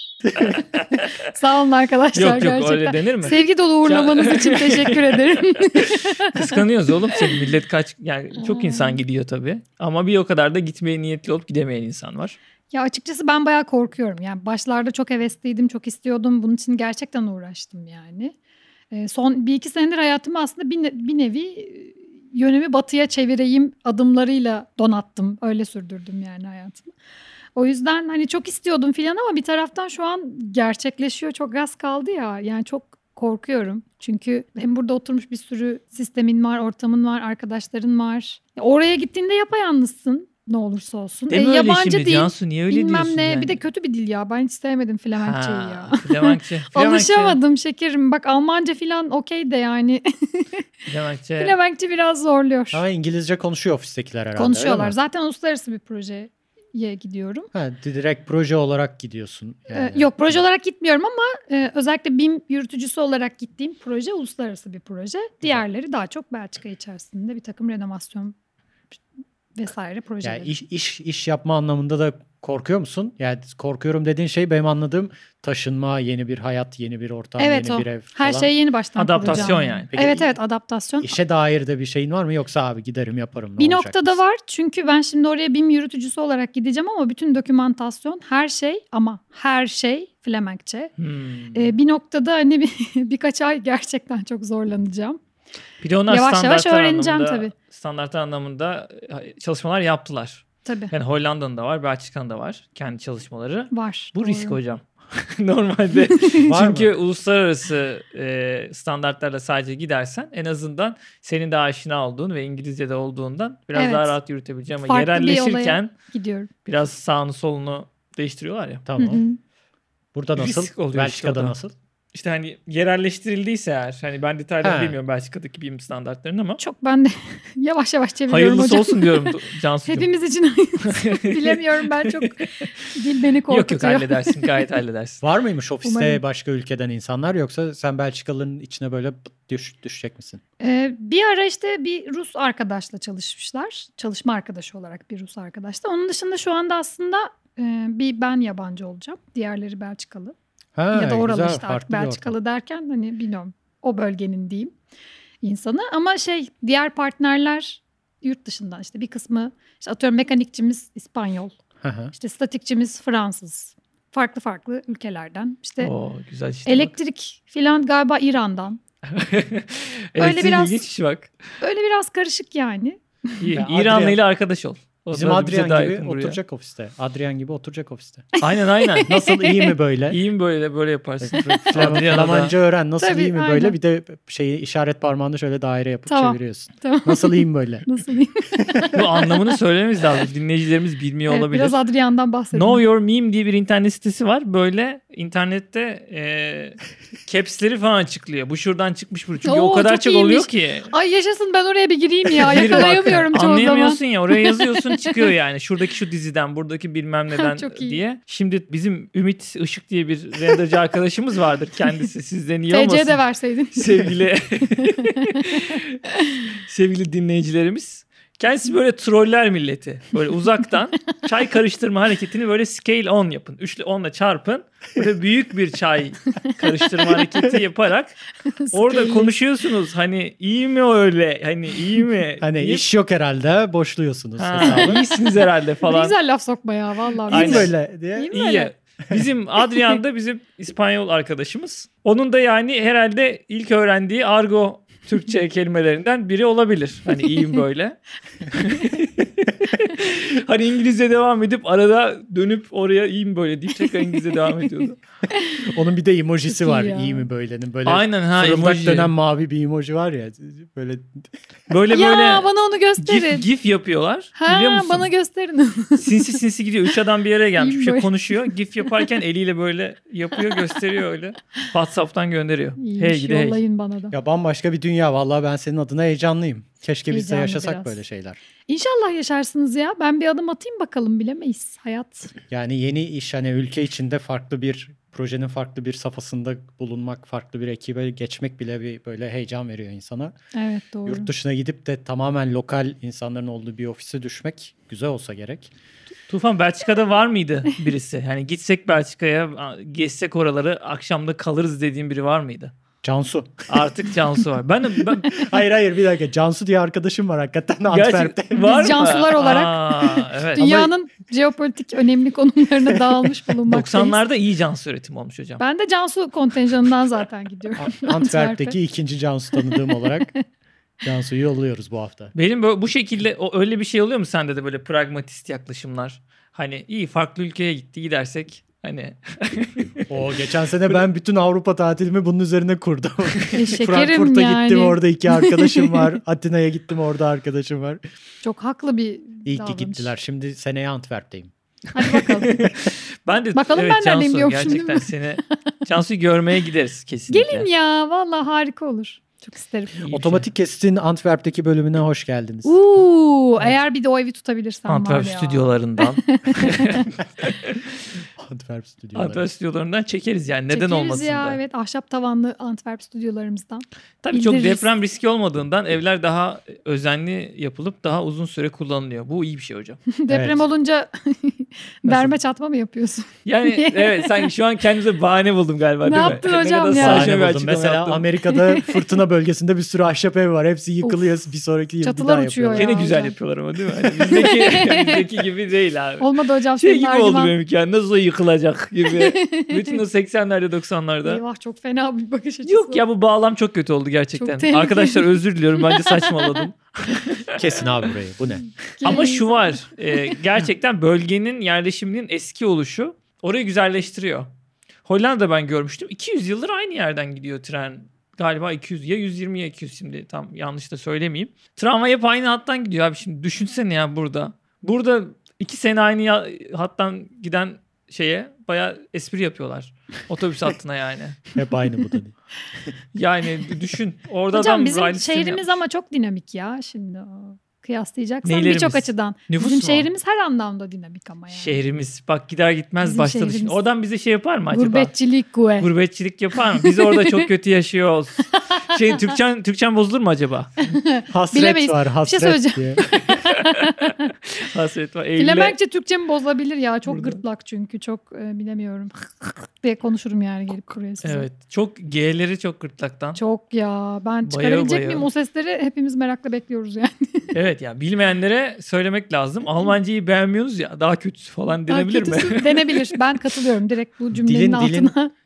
Sağ olun arkadaşlar yok gerçekten. öyle denir mi? Sevgi dolu uğurlamanız için teşekkür ederim. Kıskanıyoruz oğlum seni. Millet yani çok insan gidiyor tabii. Ama bir o kadar da gitmeye niyetli olup gidemeyen insan var. Ya açıkçası ben bayağı korkuyorum. Yani başlarda çok hevesliydim, çok istiyordum. Bunun için gerçekten uğraştım yani. Son 1-2 senedir hayatımı aslında bir nevi yönümü batıya çevireyim adımlarıyla donattım. Öyle sürdürdüm yani hayatımı. O yüzden hani çok istiyordum filan ama bir taraftan şu an gerçekleşiyor. Çok az kaldı ya. Yani çok korkuyorum. Çünkü hem burada oturmuş bir sürü sistemin var, ortamın var, arkadaşların var. Oraya gittiğinde yapayalnızsın. Ne olursa olsun. Değil mi öyle Yabancı şimdi dil, Cansu? Niye öyle bilmem diyorsun ne. yani? Bir de kötü bir dil ya. Ben hiç sevmedim Flemenkçeyi ya. Flemenkçe. Alışamadım şekerim. Bak Almanca filan okey de yani. Flemenkçe. Flemenkçe biraz zorluyor. Ama İngilizce konuşuyor ofistekiler herhalde. Konuşuyorlar. öyle mi? Zaten uluslararası bir projeye gidiyorum. Ha, direkt proje olarak gidiyorsun. Yani. Yok proje olarak gitmiyorum ama özellikle BİM yürütücüsü olarak gittiğim proje uluslararası bir proje. Diğerleri daha çok Belçika içerisinde bir takım renovasyon vesaire projeler. Yani iş yapma anlamında da korkuyor musun? Yani korkuyorum dediğin şey benim anladığım taşınma, yeni bir hayat, yeni bir ortam, Evet yeni o. bir ev falan. Her şey yeni baştan Adaptasyon kuracağım. yani. Peki, Evet adaptasyon. İşe dair de bir şeyin var mı yoksa abi giderim yaparım ne Bir olacak noktada mısın? var çünkü ben şimdi oraya BİM yürütücüsü olarak gideceğim ama bütün dokümantasyon her şey Flemenkçe. Bir noktada hani birkaç ay gerçekten çok zorlanacağım. Bir de onlar Yavaş yavaş standartlar öğreneceğim anlamında, tabii. standartlar anlamında çalışmalar yaptılar. Tabii Yani Hollanda'nın da var, Belçika'nın da var kendi çalışmaları. var. Bu doğru. risk hocam. Normalde Var çünkü mı? uluslararası standartlarla sadece gidersen en azından senin de aşina olduğun ve İngilizce'de olduğundan biraz Evet. daha rahat yürütebileceğim. Ama Farklı bir yerelleşirken Gidiyorum. biraz sağını solunu değiştiriyorlar ya. Tamam. Hı hı. Burada nasıl? Risk oluyor Belçika'da işte o da. nasıl? İşte hani yerelleştirildiyse eğer, hani ben detaylarını Ha. bilmiyorum Belçika'daki BİM standartlarını ama Çok ben de yavaş yavaş çeviriyorum hayırlısı hocam. olsun diyorum Cansu'cum. Hepimiz için hayırlısı. Bilemiyorum ben çok dil beni Yok korkutuyor. halledersin, gayet halledersin. Var mıymış ofiste Umarım. başka ülkeden insanlar yoksa sen Belçikalıların içine böyle düşecek misin? Bir ara işte bir Rus arkadaşla çalışmışlar. Çalışma arkadaşı olarak bir Rus arkadaşla. Onun dışında şu anda aslında bir ben yabancı olacağım. Diğerleri Belçikalı. Ha, Ya da oralı güzel, işte artık farklı bir ortam. Belçikalı derken hani bilmiyorum o bölgenin diyeyim insanı. Ama diğer partnerler yurt dışından işte bir kısmı işte atıyorum mekanikçimiz İspanyol. Hı hı. İşte statikçimiz Fransız. Farklı ülkelerden. İşte Oo, güzel işte. elektrik filan galiba İran'dan. Öyle biraz- ilginç iş bak. Öyle biraz karışık yani. İyi. Ya İranlı Adria- ile arkadaş ol. Bizim Onlar da bize Adrian daha gibi yakın buraya. oturacak ofiste. Adrian gibi oturacak ofiste. Aynen. Nasıl, iyi mi böyle? İyiyim böyle yaparsın. Adrian'a da- Flamanca öğren. Nasıl, Tabii, iyi mi aynen. böyle? Bir de şeyi işaret parmağını şöyle daire yapıp Tamam. çeviriyorsun. Tamam. Nasıl, iyi mi böyle? Nasıl diyeyim? Bu anlamını söylememiz lazım. Dinleyicilerimiz bilmiyor Evet, olabilir. biraz Adrian'dan bahsedelim. Know Your Meme diye bir internet sitesi var. Böyle internette caps'leri falan açıklıyor. Bu şuradan çıkmış bu. Çünkü o Oo, kadar çok çok iyiymiş. oluyor ki. Ay yaşasın, ben oraya bir gireyim ya. Bir bak, Yakalayamıyorum çoğu zaman. anlayamıyorsun ya, oraya yazıyorsun çıkıyor yani. Şuradaki şu diziden, buradaki bilmem neden Çok iyi. diye. Şimdi bizim Ümit Işık diye bir renderci arkadaşımız vardır. Kendisi sizden iyi TC olmasın. de verseydin. Sevgili dinleyicilerimiz. Kendisi böyle troller milleti. Böyle uzaktan çay karıştırma hareketini böyle scale 10 yapın. 3'le 10'la çarpın. Böyle büyük bir çay karıştırma hareketi yaparak orada Scale. konuşuyorsunuz. Hani iyi mi öyle? Hani iyi mi? Hani deyip, iş yok herhalde, boşluyorsunuz. ha, iyisiniz herhalde Ne falan. güzel laf sokma ya vallahi. İyi Aynen. mi böyle diye. İyi mi İyi. öyle? Bizim Adrian da bizim İspanyol arkadaşımız. Onun da yani herhalde ilk öğrendiği argo Türkçe kelimelerinden biri olabilir. Hani iyiyim böyle. Hani İngilizce devam edip arada dönüp oraya iyiyim böyle deyip tekrar İngilizce devam ediyordu. Onun bir de emojisi Çok var. iyi ya. İyi mi böylenin? Böyle Aynen ha, fırıldak emoji. dönen mavi bir emoji var ya. Böyle Böyle Ya bana onu gösterin. gif yapıyorlar. Biliyor Ha, musun? bana gösterin. Sinsi gidiyor. 3 adam bir yere gelmiş. İyiyim Bir şey böyle. konuşuyor. Gif yaparken eliyle böyle yapıyor, gösteriyor öyle. WhatsApp'tan gönderiyor. İyiymiş, Hey gidi hey. yollayın bana da. ya bambaşka bir dünya. Vallahi ben senin adına heyecanlıyım. Keşke biz de Heyecanlı yaşasak biraz. böyle şeyler. İnşallah yaşarsınız ya. Ben bir adım atayım bakalım, bilemeyiz. Hayat. Yani yeni iş, hani ülke içinde farklı bir projenin farklı bir safhasında bulunmak, farklı bir ekibe geçmek bile bir böyle heyecan veriyor insana. Evet, doğru. Yurt dışına gidip de tamamen lokal insanların olduğu bir ofise düşmek güzel olsa gerek. Tufan, Belçika'da var mıydı birisi? Hani gitsek Belçika'ya, gezsek oraları, akşamda kalırız dediğin biri var mıydı? Cansu. Artık Cansu var. Ben Hayır bir dakika. Cansu diye arkadaşım var hakikaten Antwerp'te. gerçek var mı? Cansular olarak Evet. dünyanın jeopolitik önemli konumlarına dağılmış bulunmaktayız. 90'larda iyi Cansu üretimi olmuş hocam. Ben de Cansu kontenjanından zaten gidiyorum. Antwerp'teki ikinci Cansu tanıdığım olarak Cansu'yu yolluyoruz bu hafta. Benim böyle bu şekilde öyle bir şey oluyor mu sende de, böyle pragmatist yaklaşımlar? Hani iyi, farklı ülkeye gidersek hani Geçen sene ben bütün Avrupa tatilimi bunun üzerine kurdum. Şekerim Frankfurt'a yani. gittim, orada 2 arkadaşım var. Atina'ya gittim, orada arkadaşım var. Çok haklı bir İyi ki davranış. gittiler. Şimdi seneye Antwerp'teyim. Hadi bakalım. ben de Bakalım evet, ben neredeyim Cansu, diyormuşum, değil gerçekten seni Cansu'yu görmeye gideriz kesinlikle. Gelin ya, vallahi harika olur. Çok isterim. İyi bir Otomatik Kesit'in Antwerp'teki bölümüne hoş geldiniz. Eğer bir de o evi tutabilirsem şey. Antwerp var ya. stüdyolarından. Antwerp stüdyoları. Antwerp stüdyolarından çekeriz yani. Neden Çekeriz olmasın ya, da. evet, ahşap tavanlı Antwerp stüdyolarımızdan. Tabii çok bildiririz. deprem riski olmadığından evler daha özenli yapılıp daha uzun süre kullanılıyor. Bu iyi bir şey hocam. Deprem Evet. olunca derme çatma mı yapıyorsun? Yani evet, sanki şu an kendimize bahane buldum galiba, Ne değil mi? yaptın Ne hocam kadar ya? saçma Sahne bir buldum. açıklama Mesela yaptım. Amerika'da fırtına bölgesinde bir sürü ahşap ev var. Hepsi yıkılıyor. Bir sonraki yıl bir Çatılar daha uçuyor yapıyorlar. Gene ya güzel hocam. yapıyorlar ama, değil mi? Hani bizdeki gibi değil abi. Olmadı hocam, Şey senin gibi oldu argüman. benimki yani, nasıl yıkılacak gibi. Bütün o 80'lerde 90'larda. Eyvah, çok fena bir bakış açısı. Yok ya, bu bağlam çok kötü oldu gerçekten. Çok tehlikeli. Arkadaşlar özür diliyorum, bence saçmaladım. Kesin abi burayı. Bu ne? Ama şu var, gerçekten bölgenin yerleşiminin eski oluşu orayı güzelleştiriyor. Hollanda'da ben görmüştüm. 200 yıldır aynı yerden gidiyor tren. Galiba 200 ya 120 ya 200, şimdi tam yanlış da söylemeyeyim. Tramvay hep aynı hattan gidiyor abi, şimdi düşünsene ya burada. Burada 2 sene aynı hattan giden şeye bayağı espri yapıyorlar. Otobüs hattına yani. Hep aynı bu da değil. Yani düşün. Orada Hocam adam bizim raylı sistemi şehrimiz yapmış. ama çok dinamik ya şimdi. Kıyaslayacaksan Neylerimiz? birçok açıdan. Nüfus Bizim mu? şehrimiz her anlamda dinamik ama yani. Şehrimiz. Bak gider gitmez Bizim başladı şehrimiz. şimdi. Oradan bize şey yapar mı acaba? Gurbetçilik güve. Gurbetçilik yapar mı? Biz orada çok kötü yaşıyoruz. Türkçen bozulur mu acaba? Hasret Bilemeyiz. var. Bir şey Hasret söyleyeceğim. diye. Hasret var. Eylül'e- Flemenkçe Türkçe mi bozulabilir ya? Çok Burada. gırtlak çünkü. Çok bilemiyorum. diye konuşurum yani gelip buraya size. Evet. Çok G'leri çok gırtlaktan. Çok ya. Ben çıkarabilecek bayağı. miyim o sesleri? Hepimiz merakla bekliyoruz yani. Evet ya, bilmeyenlere söylemek lazım. Almancayı beğenmiyorsunuz ya, daha kötüsü falan Daha denebilir mi? kötüsü denebilir. Ben katılıyorum direkt bu cümlenin Dilin- altına.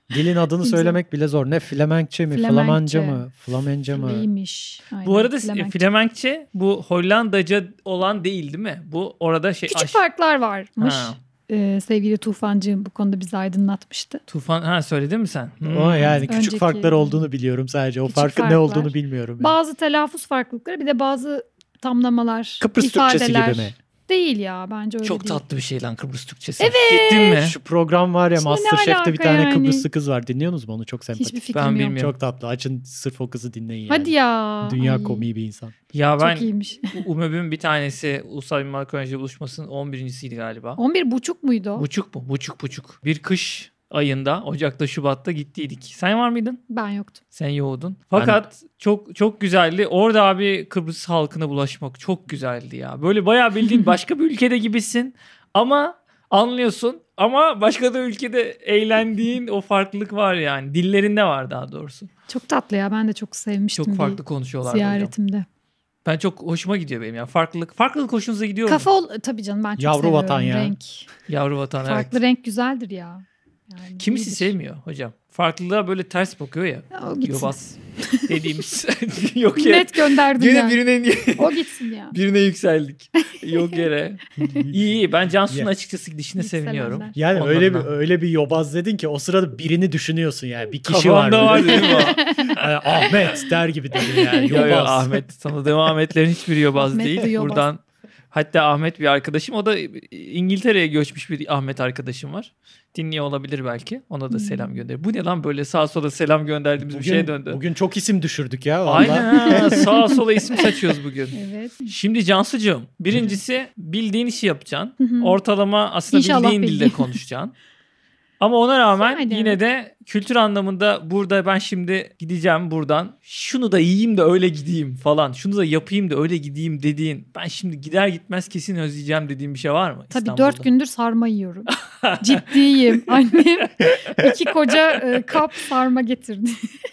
Dilin adını söylemek bile zor. Ne Flemenkçe mi? Flemenkçe. Flamanca mı? Flamenca mı? İyiymiş. Aynen. Bu arada Flemenkçe. Flemenkçe bu Hollandaca olan değil değil mi? Bu orada Küçük farklar varmış. Ha. Sevgili Tufancığım bu konuda bizi aydınlatmıştı. Tufan söyledin mi sen? O yani küçük Önceki- farklar olduğunu biliyorum sadece. O Küçük farkın ne farklar. olduğunu bilmiyorum. Yani. Bazı telaffuz farklılıkları bir de bazı tamlamalar, Kıbrıs ifadeler. Türkçesi gibi mi? Değil ya bence öyle Çok değil. tatlı bir şey lan Kıbrıs Türkçesi. Evet. Gittin mi? Şu program var ya Şimdi ne MasterChef'te bir alaka tane yani? Kıbrıslı kız var. Dinliyorsunuz mu onu? Çok sempatik. Hiçbir fikrim Ben yok. bilmiyorum. Çok tatlı. Açın sırf o kızı dinleyin yani. Hadi ya. Dünya Ay, komiği bir insan. Ya ben Çok iyiymiş. UMÖB'ün bir tanesi Ulusal Mimar Koleji buluşmasının 11.siydi galiba. 11,5 muydu o? Buçuk mu? Buçuk. Bir kış ayında Ocak'ta Şubat'ta gittiydik. Sen var mıydın? Ben yoktum. Sen yoğdun. Fakat çok güzeldi. Orada abi Kıbrıs halkına bulaşmak çok güzeldi ya. Böyle bayağı bildiğin başka bir ülkede gibisin ama anlıyorsun. Ama başka da ülkede eğlendiğin o farklılık var yani. Dillerinde var daha doğrusu. Çok tatlı ya. Ben de çok sevmiştim Çok farklı bir konuşuyorlar hocam. ziyaretimde. Ben çok hoşuma gidiyor benim ya. Farklılık hoşunuza gidiyor mu? Tabii canım ben çok Yavru seviyorum vatan ya. renk. Yavru vatan Farklı evet. renk güzeldir ya. Yani Kimisi iyidir. sevmiyor hocam. Farklılığa böyle ters bakıyor ya. Ya, o gitsin. Yobaz dediğimiz. Yok ya. Net gönderdin Yine yani. birine gitsin ya. birine yükseldik. Yok yere. İyi. Ben Cansu'nun Ya. açıkçası gidişine Yükselenler. seviniyorum. Yani Onlarına. öyle bir yobaz dedin ki o sırada birini düşünüyorsun yani. Bir kişi Kafamda var. var değil mi o? Yani Ahmet der gibi dedin yani. Yo, yo, Yobaz. Ahmet. Tanıdığım Ahmetlerin hiçbiri yobaz Ahmet değil. de yobaz. Buradan hatta Ahmet bir arkadaşım. O da İngiltere'ye göçmüş bir Ahmet arkadaşım var. Dinliyor olabilir belki. Ona da selam gönder. Bu ne lan böyle sağa sola selam gönderdiğimiz bir şeye döndü. Bugün çok isim düşürdük ya. Vallahi. Aynen ha, sağa sola isim saçıyoruz bugün. Evet. Şimdi Cansucuğum birincisi bildiğin işi yapacaksın. Hı hı. Ortalama aslında İnşallah bildiğin dilde bildiğin. konuşacaksın. Ama ona rağmen Yani yine evet. de kültür anlamında burada ben şimdi gideceğim buradan. Şunu da yiyeyim de öyle gideyim falan. Şunu da yapayım da öyle gideyim dediğin. Ben şimdi gider gitmez kesin özleyeceğim dediğin bir şey var mı? Tabii İstanbul'da? 4 gündür sarma yiyorum. Ciddiyim. Annem 2 koca kap sarma getirdi.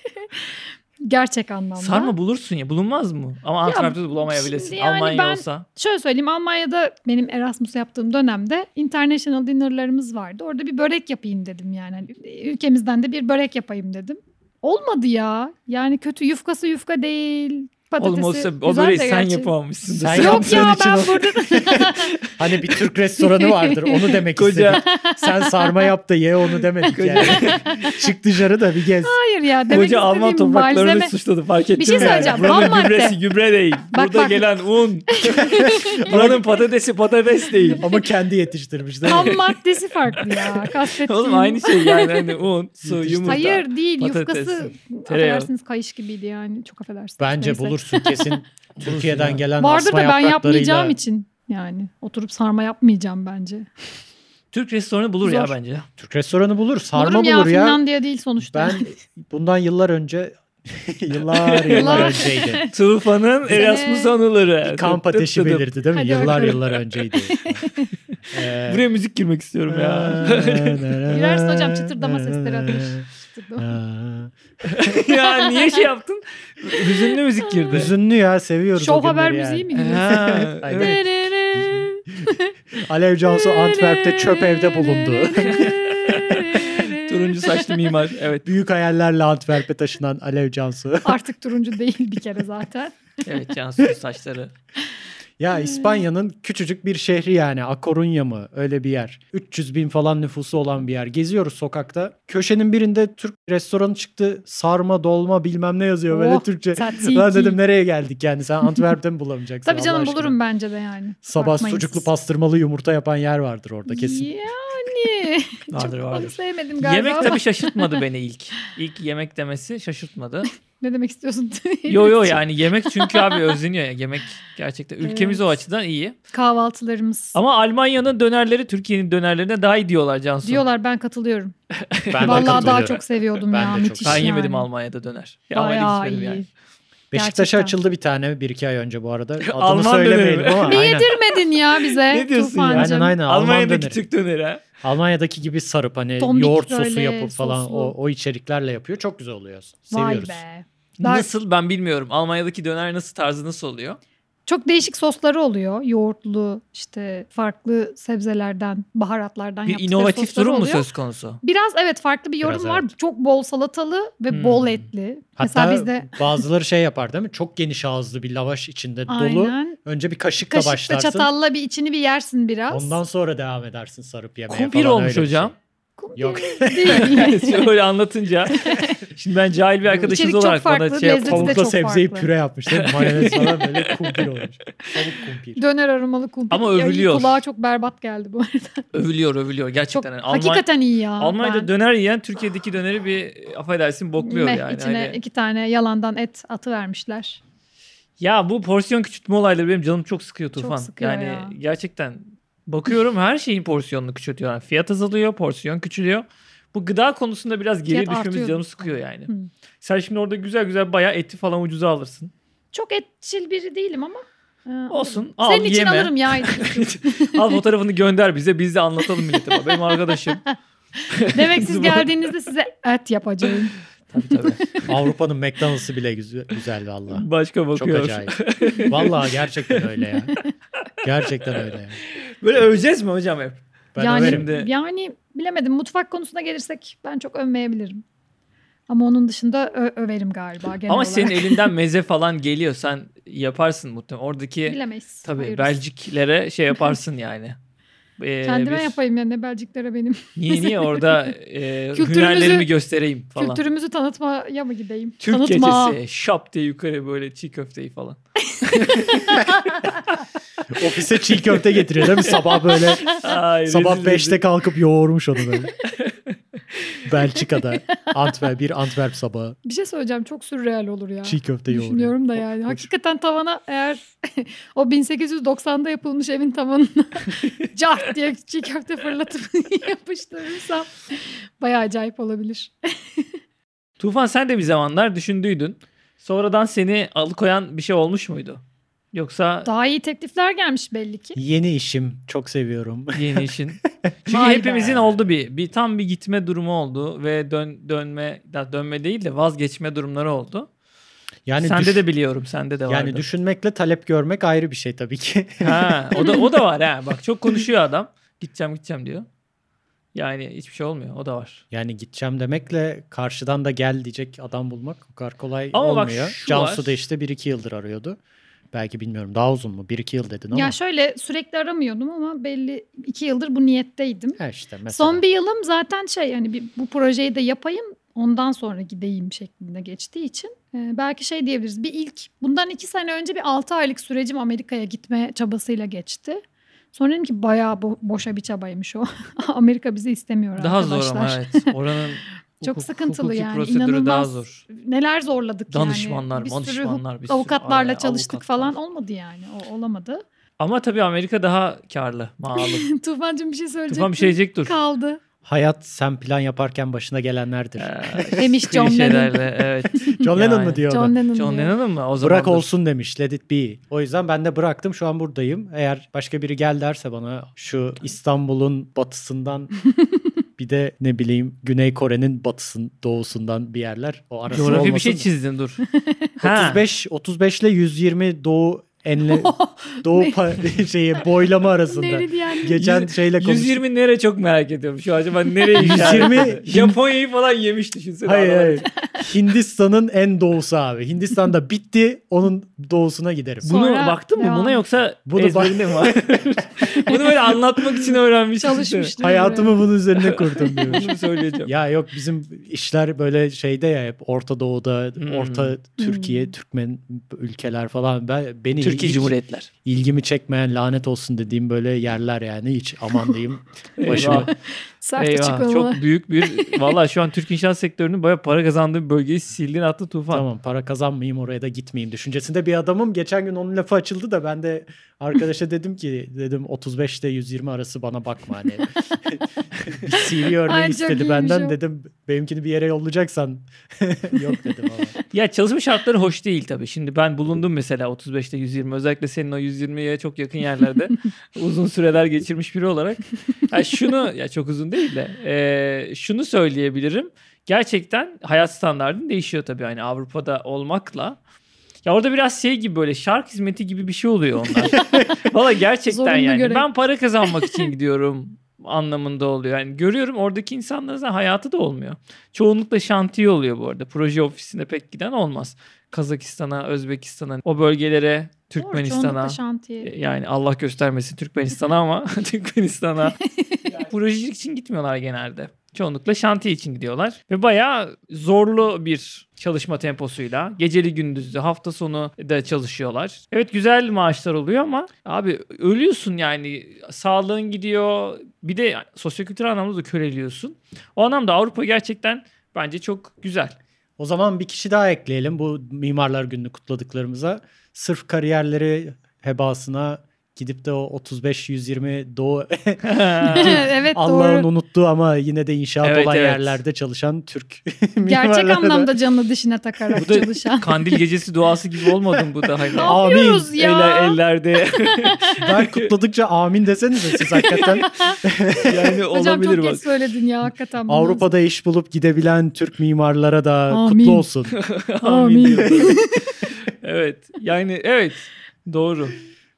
Gerçek anlamda. Sarma bulursun ya bulunmaz mı? Ama Antwerp'te de bulamayabilirsin. şimdi yani Almanya ben- olsa. Şöyle söyleyeyim, Almanya'da benim Erasmus yaptığım dönemde international dinner'larımız vardı. Orada bir börek yapayım dedim yani. Hani ülkemizden de bir börek yapayım dedim. Olmadı ya. Yani kötü, yufkası yufka değil. Patatesi Oğlum olsa o güzel böreği de sen gerçi. yapamamışsın. Sen Yok yaptığın ya için ben o- burada Hani bir Türk restoranı vardır onu demek Koca. istedim. Sen sarma yap da ye onu demedik yani. Çık dışarı da bir gez. hayır ya demek Koca Alman istediğim topraklarını malzeme. suçladı fark ettin Bir şey mi yani? söyleyeceğim, Buranın ham madde. gübresi gübre değil. Bak, Burada bak. gelen un. Buranın patatesi patates değil. Ama kendi yetiştirmiş değil mi? Ham maddesi farklı ya. Kastettiğim. Oğlum aynı şey yani hani un, su, Yetiştir. yumurta. Hayır değil. patates, Yufkası tereyağı. affedersiniz kayış gibiydi yani. Çok affedersiniz. Bence Neyse. bulursun kesin. Türkiye'den ya. gelen Vardır asma da ben yapraklarıyla- yapmayacağım için. Yani oturup sarma yapmayacağım bence. Türk restoranı bulur ya Zor. bence. Türk restoranı bulur. Sarma Bulurum ya, bulur ya. Finlandiya değil sonuçta. Ben bundan yıllar önce yıllar Yıllar. önceydi. Tufan'ın Erasmus anıları. Bir kamp Tıp ateşi tıp tıp. belirdi değil mi? Hadi Yıllar bakalım. yıllar önceydi. Buraya müzik girmek istiyorum ya. Girersin hocam, çıtırdama sesleri hadi. Çıtırdama. Ya niye şey yaptın? Hüzünlü müzik girdi. Hüzünlü ya seviyoruz o Şov günleri haber yani. müziği mi gibi? Ha, Aynen. evet. Alev Cansu Antwerp'te çöp evde bulundu. Turuncu saçlı mimar. Evet. Büyük hayallerle Antwerp'e taşınan Alev Cansu. Artık turuncu değil bir kere zaten. Evet Cansu'nun saçları. Ya İspanya'nın küçücük bir şehri yani. A Coruña mı? Öyle bir yer. 300 bin falan nüfusu olan bir yer. Geziyoruz sokakta. Köşenin birinde Türk restoranı çıktı. Sarma, dolma bilmem ne yazıyor böyle Oh, Türkçe. tzatziki. Ben dedim nereye geldik yani? Sen Antwerp'te mi bulamayacaksın? Tabii canım Allah aşkına? bulurum bence de yani. Sabah Bakmayın sucuklu siz. pastırmalı yumurta yapan yer vardır orada kesin. Yani. Vardır, Çok vardır. onu sevmedim galiba Yemek ama tabii şaşırtmadı beni ilk. İlk yemek demesi şaşırtmadı. ne demek istiyorsun? Yo yani yemek çünkü abi özleniyor ya. Yemek gerçekten ülkemiz Evet. o açıdan iyi. Kahvaltılarımız. Ama Almanya'nın dönerleri Türkiye'nin dönerlerine daha iyi diyorlar Cansu. Diyorlar, ben katılıyorum. Ben de Vallahi daha katılıyorum. çok seviyordum Ben ya. de çok Müthiş Ben yani. yemedim Almanya'da döner. Almanya'da Bayağı gitmedim iyi. yani. Beşiktaş'a Gerçekten. açıldı bir tane 1-2 ay önce bu arada. Adını Alman söylemeyelim döneri mi? ama. Bir aynen. yedirmedin ya bize. Ne diyorsun ya? Tufancığım. Aynen Alman Almanya'daki döneri. Türk döneri ha. Almanya'daki gibi sarıp hani Tombik yoğurt sosu böyle yapıp falan soslu. o içeriklerle yapıyor. Çok güzel oluyor. Vay Seviyoruz. be. Daha- Nasıl ben bilmiyorum. Almanya'daki döner nasıl tarzı nasıl oluyor? Çok değişik sosları oluyor. Yoğurtlu, işte farklı sebzelerden, baharatlardan Bir yaptıkları inovatif sosları durum mu oluyor. söz konusu? Biraz evet farklı bir yorum Biraz var. evet. Çok bol salatalı ve bol etli. Hatta Mesela bizde bazıları şey yapar değil mi? Çok geniş ağızlı bir lavaş içinde dolu. aynen Önce bir kaşıkla kaşıkla başlarsın. çatalla bir içini bir yersin biraz. Ondan sonra devam edersin sarıp yemeye Kumpir falan. olmuş öyle bir hocam. Kumpir Yok. değil. Öyle anlatınca. Şimdi ben cahil bir arkadaşınız İçerik çok olarak bana farklı, şey lezzeti de Tavukla çok sebzeyi farklı. püre yapmış değil mi? Mayonez falan böyle kumpir olmuş. Tavuk kumpir. Döner aromalı kumpir. Ama Ya, övülüyor. Kulağa çok berbat geldi bu arada. övülüyor Çok gerçekten. Yani hakikaten iyi ya. Almanya'da Ben döner yiyen Türkiye'deki döneri bir affedersin bokluyor meh yani. içine Hani- 2 tane yalandan et atı vermişler. Ya bu porsiyon küçültme olayları benim canım çok sıkıyor Çok Tufan. sıkıyor Yani ya. gerçekten bakıyorum her şeyin porsiyonunu küçültüyorlar. Fiyat azalıyor, porsiyon küçülüyor. Bu gıda konusunda biraz geri Fiyat düşmemiz artıyor. canımı sıkıyor yani. Hı. Sen şimdi orada güzel güzel bayağı eti falan ucuza alırsın. Çok etçil biri değilim ama. Olsun, al, Senin için yeme. alırım ya. Al fotoğrafını gönder bize. Biz de anlatalım millete. Bak, benim arkadaşım. Demek siz geldiğinizde size et yapacağım. Tabii. Avrupa'nın McDonald's'ı bile güzel valla. Başka Çok bakıyor. acayip. Valla gerçekten öyle ya. Gerçekten öyle ya. Böyle öveceğiz mi hocam hep? Ben yani överim. yani bilemedim. Mutfak konusuna gelirsek ben çok övmeyebilirim. Ama onun dışında överim galiba genel Ama olarak. senin elinden meze falan geliyor. Sen yaparsın muhtemelen. Oradaki Bilemeyiz. tabii Hayırlısı. Belciklere şey yaparsın yani. Kendime yapayım ya ne Belciklere benim. Niye orada Kültürümüzü- hünerlerimi göstereyim falan. Kültürümüzü tanıtmaya mı gideyim? Türk Tanıtma. gecesi şap diye yukarı böyle çiğ köfteyi falan. Ofise çiğ köfte getiriyor değil mi? Sabah böyle Ay, sabah rezil 5'te kalkıp yoğurmuş onu böyle. Belçika'da. Bir Antwerp sabahı. Bir şey söyleyeceğim çok sürreal olur ya. Çiğ köfte yoğuruyor. Düşünüyorum da yani. Hoş. Hakikaten tavana eğer o 1890'da yapılmış evin tavanına cart diye çiğ köfte fırlatıp yapıştırırsam bayağı acayip olabilir. Tufan sen de bir zamanlar düşündüydün. Sonradan seni alıkoyan bir şey olmuş muydu? Yoksa Daha iyi teklifler gelmiş belli ki. Yeni işim. Çok seviyorum. yeni işin? Çünkü Vay be. hepimizin oldu bir tam bir gitme durumu oldu ve dönme değil de vazgeçme durumları oldu. Yani Sende de biliyorum, sende de vardı. yani düşünmekle talep görmek ayrı bir şey tabii ki. Ha, o da var ha. Bak çok konuşuyor adam. Gideceğim diyor. Yani hiçbir şey olmuyor. O da var. Yani gideceğim demekle karşıdan da gel diyecek adam bulmak o kadar kolay Ama bak olmuyor. şu Cansu var. da işte 1-2 yıldır arıyordu. Belki bilmiyorum daha uzun mu? 1-2 yıl dedin ama. Ya şöyle sürekli aramıyordum ama belli 2 yıldır bu niyetteydim. Ha işte mesela. Son bir yılım zaten hani bu projeyi de yapayım ondan sonra gideyim şeklinde geçtiği için belki şey diyebiliriz. Bundan 2 sene önce bir 6 aylık sürecim Amerika'ya gitme çabasıyla geçti. Sonra dedim ki bayağı boşa bir çabaymış o. Amerika bizi istemiyor Daha arkadaşlar. zor ama evet. Oranın Çok sıkıntılı hukuki yani. prosedürü daha İnanılmaz. zor. Neler zorladık Danışmanlar, yani. Bir sürü bir sürü avukatlarla araya çalıştık avukatlar. falan olmadı yani. O olamadı. Ama tabii Amerika daha karlı, malum. Tufancığım bir şey söyleyecektim. Tufan bir şey diyecek dur. Kaldı. Hayat sen plan yaparken başına gelenlerdir. Demiş John Lennon. Klişelerle, evet. John Lennon Yani. mu diyor ona? John Lennon. John diyor. Lennon'ın mı? O zaman Bırak olsun demiş. Let it be. O yüzden ben de bıraktım. Şu an buradayım. Eğer başka biri gel derse bana şu İstanbul'un batısından bir de ne bileyim Güney Kore'nin doğusundan bir yerler. O arası Coğrafi bir olmasın şey da. çizdin dur. Ha. 35 ile 120 doğu boylama arasında. Nerede yani? Geçen şeyle konuştuk. 120 nere çok merak ediyorum şu an. Acaba nereye 120 Japonya'yı falan yemiş düşünsene. Hayır adam. hayır. Hindistan'ın en doğusu abi. Hindistan'da bitti. Onun doğusuna giderim. Bunu Sonra baktın mı devam. buna yoksa Bunu ezberinde mi var? Bunu böyle anlatmak için öğrenmiş. Çalışmıştım. Hayatımı bunun üzerine kurdum diyor. Bunu söyleyeceğim. Ya yok bizim işler böyle şeyde ya hep Orta Doğu'da, Orta Türkiye, Türkmen ülkeler falan. Beni Türkiye hiç Cumhuriyetler. ilgimi çekmeyen lanet olsun dediğim böyle yerler yani hiç aman diyeyim. Başıma. Eyvah. Sert Eyvah. açıklama. Çok büyük bir valla şu an Türk inşaat sektörünün bayağı para kazandığı bir bölgeyi sildin attı Tufan. Tamam para kazanmayayım oraya da gitmeyeyim düşüncesinde bir adamım. Geçen gün onun lafı açıldı da ben de arkadaşa dedim 35 ile 120 arası bana bakma hani. Bir CV örneği Ay, çok istedi iyiymiş benden o. dedim benimkini bir yere yollayacaksan yok dedim ama. Ya çalışma şartları hoş değil tabii. Şimdi ben bulundum mesela 35'te 120 özellikle senin o 120'ye çok yakın yerlerde uzun süreler geçirmiş biri olarak. Ya çok uzun değil de şunu söyleyebilirim. Gerçekten hayat standartın değişiyor tabii. Yani Avrupa'da olmakla Ya orada biraz şey gibi böyle şark hizmeti gibi bir şey oluyor onlar. Valla gerçekten Zorunlu yani. görev. Ben para kazanmak için gidiyorum anlamında oluyor. Yani görüyorum oradaki insanların zaten hayatı da olmuyor. Çoğunlukla şantiye oluyor bu arada. Proje ofisine pek giden olmaz. Kazakistan'a, Özbekistan'a, o bölgelere, Doğru, Türkmenistan'a. çoğunlukla şantiye. Yani Allah göstermesin Türkmenistan'a ama Türkmenistan'a. Projecilik için gitmiyorlar genelde. Çoğunlukla şantiye için gidiyorlar. Ve bayağı zorlu bir çalışma temposuyla geceli gündüzlü hafta sonu da çalışıyorlar. Evet güzel maaşlar oluyor ama abi ölüyorsun yani. Sağlığın gidiyor. Bir de sosyokültürel anlamda da köreliyorsun. O anlamda Avrupa gerçekten bence çok güzel. O zaman bir kişi daha ekleyelim bu Mimarlar Günü'nü kutladıklarımıza. Sırf kariyerleri hebasına gidip de o 35-120 Doğu Evet Allah'ın doğru. unuttuğu ama yine de inşaat Evet, olan evet. yerlerde çalışan Türk Gerçek mimarlara da- anlamda canını dişine takarak Bu da çalışan. kandil gecesi duası gibi olmadı mı bu da? Hani Ne Amin. yapıyoruz ya? ellerde. Ben kutladıkça amin desenize siz hakikaten. Yani Hocam olabilir çok bak. geç söyledin ya hakikaten. bundan Avrupa'da iş bulup gidebilen Türk mimarlara da Amin. kutlu olsun. Amin diyorum. Evet. Yani evet. Doğru.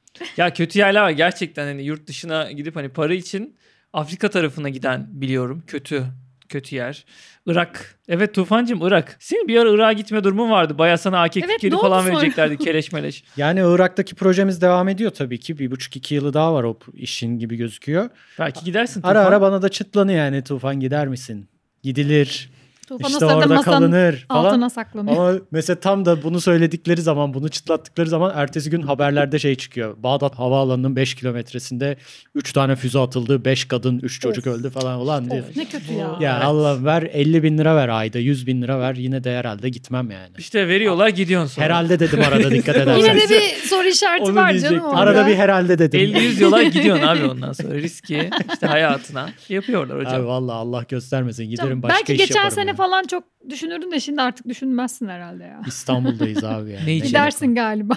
Ya kötü yerler var gerçekten hani yurt dışına gidip hani para için Afrika tarafına giden biliyorum. Kötü yer. Irak. Evet Tufancığım Irak. Senin bir ara Irak'a gitme durumun vardı. Bayağı sana AK-47 Evet, ne oldu falan sonra? vereceklerdi keleş meleş. Yani Irak'taki projemiz devam ediyor tabii ki. 1,5-2 yılı daha var o işin gibi gözüküyor. Belki gidersin Tufan. Ara ara bana da çıtlanı yani Tufan gider misin? Gidilir. Tufan o İşte sırada orada masanın kalınır falan. altına saklanıyor. Ama mesela tam da bunu söyledikleri zaman, bunu çıtlattıkları zaman ertesi gün haberlerde şey çıkıyor. Bağdat Havaalanı'nın 5 kilometresinde 3 tane füze atıldı, 5 kadın, 3 çocuk öldü falan ulan diyor. Of ne kötü ya. Ya Evet. Allah ver 50 bin lira ver ayda, 100 bin lira ver yine de herhalde gitmem yani. İşte veriyorlar gidiyorsun sonra. Herhalde dedim arada dikkat edersen. Yine de bir soru işareti Onu var canım diyecektim. orada. Arada bir herhalde dedim. 50-100 diyorlar gidiyorsun abi ondan sonra. Riski işte hayatına yapıyorlar hocam. Abi vallahi Allah göstermesin giderim Canım, başka belki iş geçen yaparım. sene yani. falan çok düşünürdün de şimdi artık düşünmezsin herhalde ya. İstanbul'dayız abi yani. Ne için? Gidersin galiba.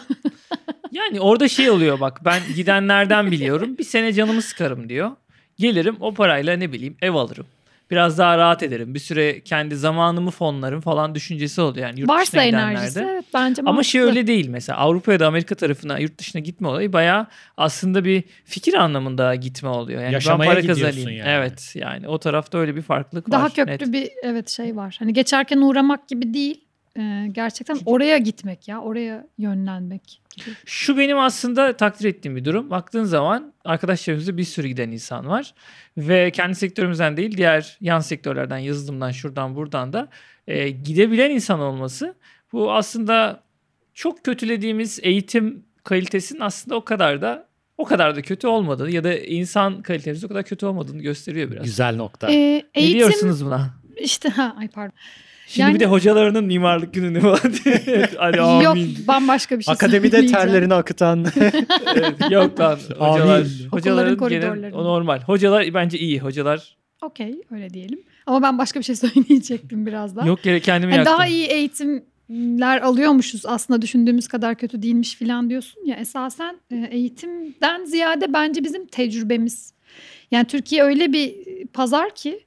Yani orada şey oluyor bak ben gidenlerden biliyorum. Bir sene canımı sıkarım diyor. Gelirim o parayla ne bileyim ev alırım. Biraz daha rahat ederim. Bir süre kendi zamanımı fonlarım falan düşüncesi oluyor. Yani yurt Varsa dışına enerjisi gidenlerde. evet bence Ama şey mantıklı. öyle değil mesela Avrupa ya da Amerika tarafına yurt dışına gitme olayı bayağı aslında bir fikir anlamında gitme oluyor. Yani Yaşamaya ben para gidiyorsun kazanayım. yani. Evet yani o tarafta öyle bir farklılık var. Daha köklü net. bir evet şey var. Hani geçerken uğramak gibi değil. Gerçekten oraya gitmek ya. Oraya yönlenmek. Şu benim aslında takdir ettiğim bir durum. Baktığın zaman arkadaşlarımızda bir sürü giden insan var. Ve kendi sektörümüzden değil diğer yan sektörlerden yazılımdan şuradan buradan da gidebilen insan olması. Bu aslında çok kötülediğimiz eğitim kalitesinin aslında o kadar da kötü olmadığını ya da insan kalitemizin o kadar kötü olmadığını gösteriyor biraz. Güzel nokta. Ne Eğitim diyorsunuz buna? işte ay pardon. Şimdi Yani- bir de hocalarının mimarlık günü ne var diye. Hadi Yok amin. bambaşka bir şey Akademide söyleyeceğim. terlerini akıtan. Evet, yok lan hocalar. Amin. Hocaların Okulların gene koridorlarında. o normal. Hocalar bence iyi. Hocalar Okey öyle diyelim. Ama ben başka bir şey söyleyecektim birazdan. yok yere kendimi Hani yaktım. daha iyi eğitimler alıyormuşuz aslında düşündüğümüz kadar kötü değilmiş falan diyorsun ya esasen eğitimden ziyade bence bizim tecrübemiz. Yani Türkiye öyle bir pazar ki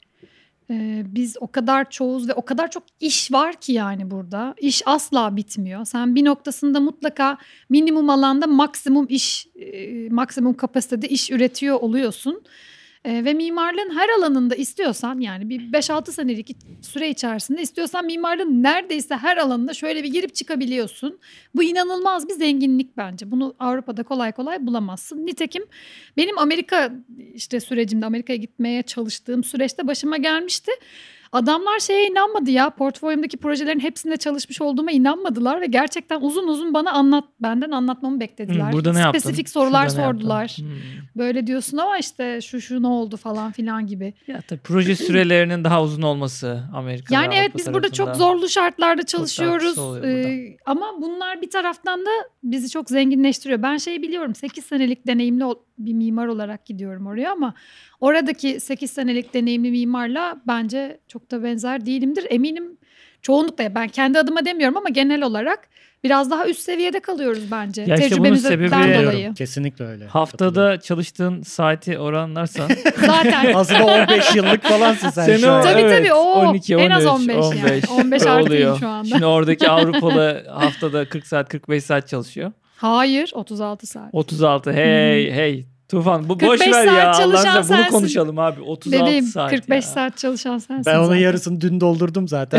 biz o kadar çoğuz ve o kadar çok iş var ki yani burada. İş asla bitmiyor. Sen bir noktasında mutlaka minimum alanda maksimum iş, maksimum kapasitede iş üretiyor oluyorsun. Ve mimarlığın her alanında istiyorsan yani bir 5-6 senelik süre içerisinde istiyorsan mimarlığın neredeyse her alanında şöyle bir girip çıkabiliyorsun. Bu inanılmaz bir zenginlik bence. Bunu Avrupa'da kolay kolay bulamazsın. Nitekim benim Amerika işte sürecimde Amerika'ya gitmeye çalıştığım süreçte başıma gelmişti. Adamlar şeye inanmadı ya. Portfolyomdaki projelerin hepsinde çalışmış olduğuma inanmadılar ve gerçekten uzun uzun benden anlatmamı beklediler. Burada ne yaptın? Spesifik sorular Şurada ne yaptın? sordular. Böyle diyorsun ama işte şu ne oldu falan filan gibi. Ya tabii proje sürelerinin daha uzun olması Amerika'da. Yani evet Avrupa biz burada tarafında. çok zorlu şartlarda çalışıyoruz. artısı oluyor burada. Ama bunlar bir taraftan da bizi çok zenginleştiriyor. Ben biliyorum 8 senelik deneyimli bir mimar olarak gidiyorum oraya ama oradaki 8 senelik deneyimli mimarla bence çok da benzer değilimdir. Eminim çoğunlukla ben kendi adıma demiyorum ama genel olarak Biraz daha üst seviyede kalıyoruz bence. Ya işte bunun Tecrübemizden sebebi- dolayı. Kesinlikle öyle. Haftada çalıştığın saati oranlarsan Zaten. Aslında 15 yıllık falansın sen Sen şu an. o- Tabii Evet, tabii o 12, en az 13, 15 yani. 15 artıyım oluyor. şu anda. Şimdi oradaki Avrupalı haftada 40 saat 45 saat çalışıyor. Hayır 36 saat. 36 hey Tufan bu 45 boş ver saat ya çalışan Allah'ın bunu sensin. konuşalım abi 36 Bebeğim saat 45 ya. saat çalışan sensin Ben onun zaten. yarısını dün doldurdum zaten.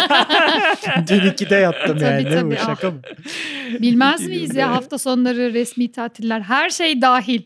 Dün 2'de yattım Tabii, yani. tabii. Bu şaka mı? Bilmez miyiz ya hafta sonları resmi tatiller her şey dahil.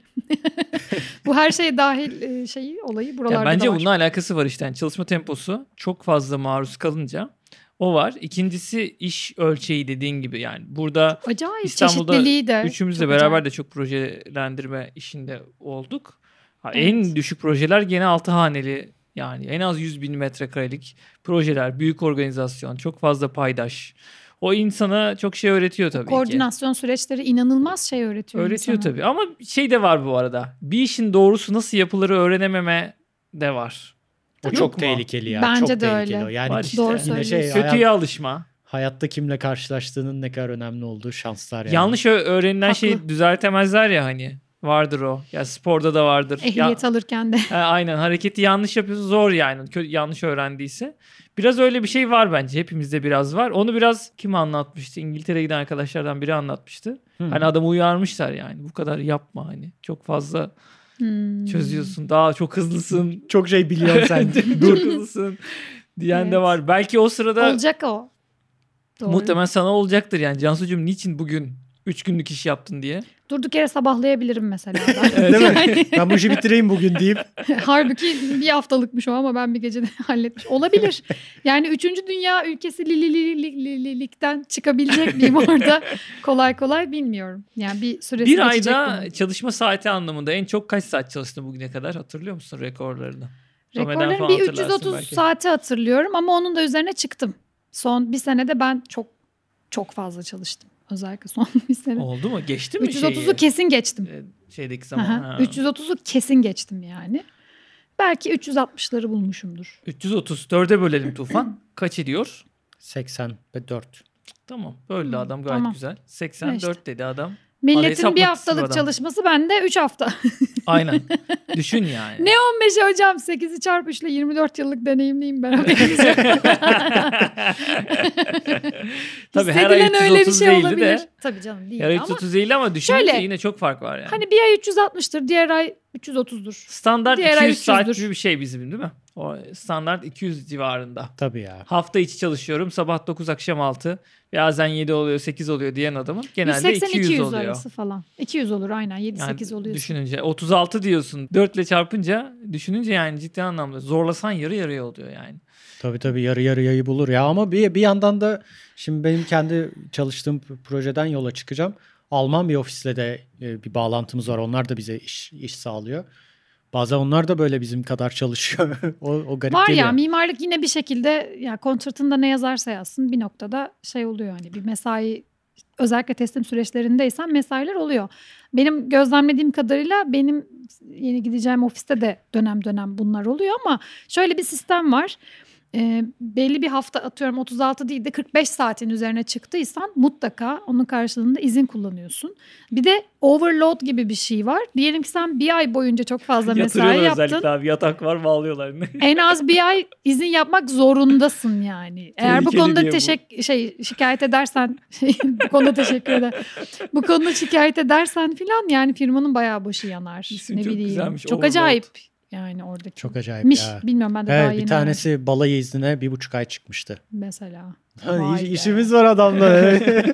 Bu her şey dahil olayı buralarda Ya bence da var. bununla alakası var işte. Yani çalışma temposu çok fazla maruz kalınca o var. İkincisi iş ölçeği dediğin gibi yani. Burada Acayip İstanbul'da çeşitliliği de. üçümüz de çok beraber acayip. de çok projelendirme işinde olduk. Ha, Evet. En düşük projeler gene 6 haneli yani en az 100.000 metrekarelik projeler, büyük organizasyon, çok fazla paydaş. O insana çok şey öğretiyor tabii ki. Koordinasyon süreçleri inanılmaz şey öğretiyor Öğretiyor insana. tabii ama şey de var bu arada. Bir işin doğrusu nasıl yapılırı öğrenememe de var. O Yok çok mu? tehlikeli ya. Bence çok de tehlikeli öyle. o. Yani Var işte. Doğru yine söylüyorsun. Kötüye alışma. hayatta kimle karşılaştığının ne kadar önemli olduğu şanslar yani. Yanlış öğrenilen Haklı. şeyi düzeltemezler ya hani. Vardır o. Ya sporda da vardır. Ehliyet alırken de. Aynen hareketi yanlış yapıyorsa zor yani yanlış öğrendiyse. Biraz öyle bir şey var bence hepimizde biraz var. Onu biraz kim anlatmıştı? İngiltere'ye giden arkadaşlardan biri anlatmıştı. Hani adamı uyarmışlar yani bu kadar yapma hani çok fazla çözüyorsun daha çok hızlısın. Çok şey biliyorsun sen. Dur hızlısın diyen de Evet. var. Belki o sırada Olacak o. Doğru. muhtemelen sana olacaktır yani. Cansucuğum niçin bugün 3 günlük iş yaptın diye. Durduk yere sabahlayabilirim mesela. Değil mi? Ben bu işi bitireyim bugün deyip. Halbuki bir haftalıkmış o ama ben bir gecede halletmiş. Olabilir. Yani 3. dünya ülkesi lilikten çıkabilecek miyim orada? Kolay kolay bilmiyorum. Yani bir süresi Bir geçecek ayda bunun. çalışma saati anlamında en çok kaç saat çalıştın bugüne kadar hatırlıyor musun rekorlarını? Roma'dan Rekorların falan bir hatırlarsın 330 belki. saati hatırlıyorum ama onun da üzerine çıktım. Son bir senede ben çok fazla çalıştım. Özellikle son bir sene. Oldu mu? Geçti mi 330'u kesin geçtim. şeydeki zaman? Aha, Ha. 330'u kesin geçtim yani. Belki 360'ları bulmuşumdur. 330 4'e bölelim Tufan. Kaç ediyor? 84. Tamam. Böyle adam gayet tamam. güzel. 84 İşte. dedi adam. Milletin hesap bir makinesi bu haftalık adam. çalışması bende 3 hafta. Aynen. Düşün yani. Ne 15'i hocam? 8'i çarpı 3 ile 24 yıllık deneyimliyim ben. Tabii her ay Hissedilen öyle bir 330 şey değildi olabilir. de. Tabii canım değil Her ay ama 330 değil ama düşününce şöyle, yine çok fark var yani. hani bir ay 360'tır, diğer ay 330'dur. Standart diğer ay 200 saat 300'dür. gibi bir şey bizim değil mi? O standart 200 civarında. Tabii ya. Hafta içi çalışıyorum. Sabah 9 akşam 6. Bazen 7 oluyor 8 oluyor diyen adamın genelde 200 180-200 oluyor. arası falan. 200 olur aynen. 7-8 Yani oluyorsun. düşününce 36 diyorsun. 4 ile çarpınca düşününce yani ciddi anlamda zorlasan yarı yarıya oluyor yani. Tabii yarı yarıyayı bulur ya ama bir yandan da şimdi benim kendi çalıştığım projeden yola çıkacağım. Alman bir ofisle de bir bağlantımız var. Onlar da bize iş sağlıyor. Bazen onlar da böyle bizim kadar çalışıyor. o garip Var geliyor. ya mimarlık yine bir şekilde ya kontratında ne yazarsa yazsın bir noktada şey oluyor hani bir mesai özellikle teslim süreçlerindeysen mesailer oluyor. Benim gözlemlediğim kadarıyla benim yeni gideceğim ofiste de dönem dönem bunlar oluyor ama şöyle bir sistem var. Belli bir hafta atıyorum 36 değil de 45 saatin üzerine çıktıysan mutlaka onun karşılığında izin kullanıyorsun. Bir de overload gibi bir şey var. Diyelim ki sen bir ay boyunca çok fazla mesai Yatırıyorlar yaptın. özellikle abi yatak var bağlıyorlar. En az bir ay izin yapmak zorundasın yani. Eğer bu Tehlikeli konuda diyor şikayet edersen bu konuda teşekkür ederim. Bu konuda şikayet edersen filan yani firmanın bayağı başı yanar. İsim ne çok bileyim. güzelmiş, Çok overload. acayip yani oradaki. Çok acayip Miş, ya. bilmiyorum ben de daha Evet, yeni bir tanesi balayı iznine 1,5 ay çıkmıştı. mesela. Hani Vay be. işimiz var adamla.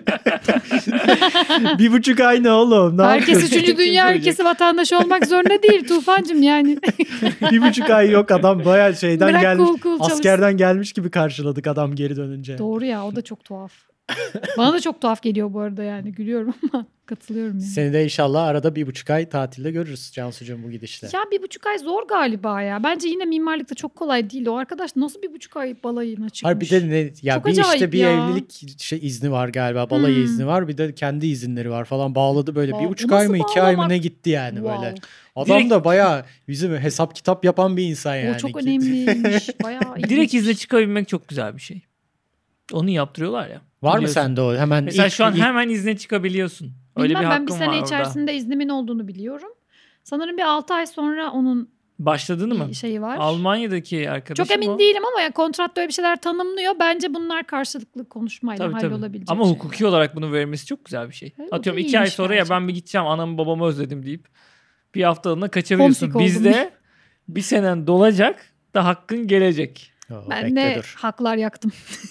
1,5 ay ne oğlum? Ne Herkes yapıyorsun? 3. dünya Söyleyecek. ülkesi vatandaşı olmak zorunda değil Tufancığım yani. 1,5 ay yok adam bayağı şeyden Bırak gelmiş. cool çalışsın. Askerden gelmiş gibi karşıladık adam geri dönünce. Doğru ya o da çok tuhaf. Bana da çok tuhaf geliyor bu arada yani gülüyorum ama katılıyorum yani. Seni de inşallah arada 1,5 ay tatilde görürüz Cansucuğum bu gidişle. Ya 1,5 ay zor galiba ya. Bence yine mimarlıkta çok kolay değil. O arkadaş nasıl 1,5 ay balayına çıkmış? Hayır bir de ne ya Çok bir işte acayip bir ya. evlilik izni var galiba. Balayı izni var. Bir de kendi izinleri var falan. Bağladı böyle. Wow, 1,5 bu ay nasıl mı 2 ay mı bağlamak? ne gitti yani Wow. böyle. Adam Direkt- da bayağı bizim hesap kitap yapan bir insan yani. O çok önemliymiş. Bayağı ilginç. Direkt izne çıkabilmek çok güzel bir şey. Onu yaptırıyorlar ya. Var mı Biliyorsun. sende o? Hemen Mesela şu an ilk- hemen izne çıkabiliyorsun. Öyle Bilmem, bir ben hakkın bir var sene orada. içerisinde iznimin olduğunu biliyorum. Sanırım bir 6 ay sonra onun Başladığını mı? şeyi var. Almanya'daki arkadaşım Çok emin o. değilim ama ya kontratta öyle bir şeyler tanımlıyor. Bence bunlar karşılıklı konuşmayla Tabii, tabii. hallolabilecek Ama şeyler. hukuki olarak bunu vermesi çok güzel bir şey. Evet, Atıyorum iyiymiş 2 ay sonra ya gerçekten. ben bir gideceğim anamı babamı özledim deyip bir haftalığına kaçabiliyorsun. Homesick oldum. Bizde bir senen dolacak da hakkın gelecek. Oo, Ben bekle de dur. haklar yaktım.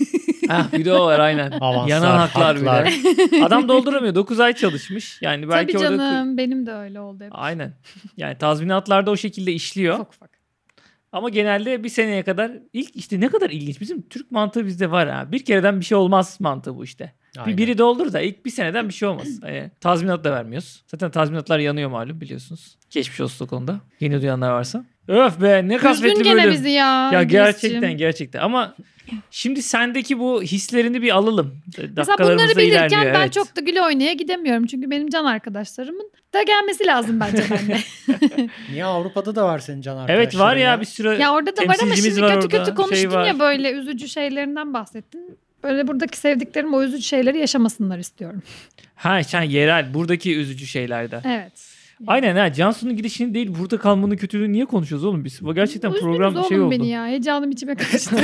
Bir de o var aynen. Avanslar, Yanan haklar haklar. bile. Adam dolduramıyor. 9 ay çalışmış. Yani belki Tabii orada... canım, benim de öyle oldu hep. Aynen. Yani tazminatlar da o şekilde işliyor. Ufak ufak. Ama genelde bir seneye kadar ilk işte ne kadar ilginç. Bizim Türk mantığı bizde var ha. Bir kereden bir şey olmaz mantığı bu işte. Aynen. Biri doldur da ilk bir seneden bir şey olmaz. Tazminat da vermiyoruz. Zaten tazminatlar yanıyor malum biliyorsunuz. Geçmiş olsun o konuda. Yeni duyanlar varsa. Öf be ne kasvetli Üzdün gene bölüm. bizi ya. Ya Gülis'cim. gerçekten. Ama şimdi sendeki bu hislerini bir alalım. Mesela Dakikalarımız bunları da bilirken ilerliyor, ben evet. çok da güle oynaya gidemiyorum. Çünkü benim can arkadaşlarımın da gelmesi lazım bence bende. Niye Avrupa'da da var senin can arkadaşların? Evet var ya bir sürü Ya orada da var ama temsilcimiz şimdi var kötü orada, kötü konuştun şey var. ya, böyle üzücü şeylerinden bahsettin. Böyle buradaki sevdiklerim o üzücü şeyleri yaşamasınlar istiyorum. Ha sen yerel buradaki üzücü şeylerden. Evet. Aynen ha Cansu'nun gidişini değil burada kalmanın kötülüğünü niye konuşuyoruz oğlum biz? Bu gerçekten Üzdünüz program oğlum şey oldu. beni ya. Heyecanım içime kaçtı.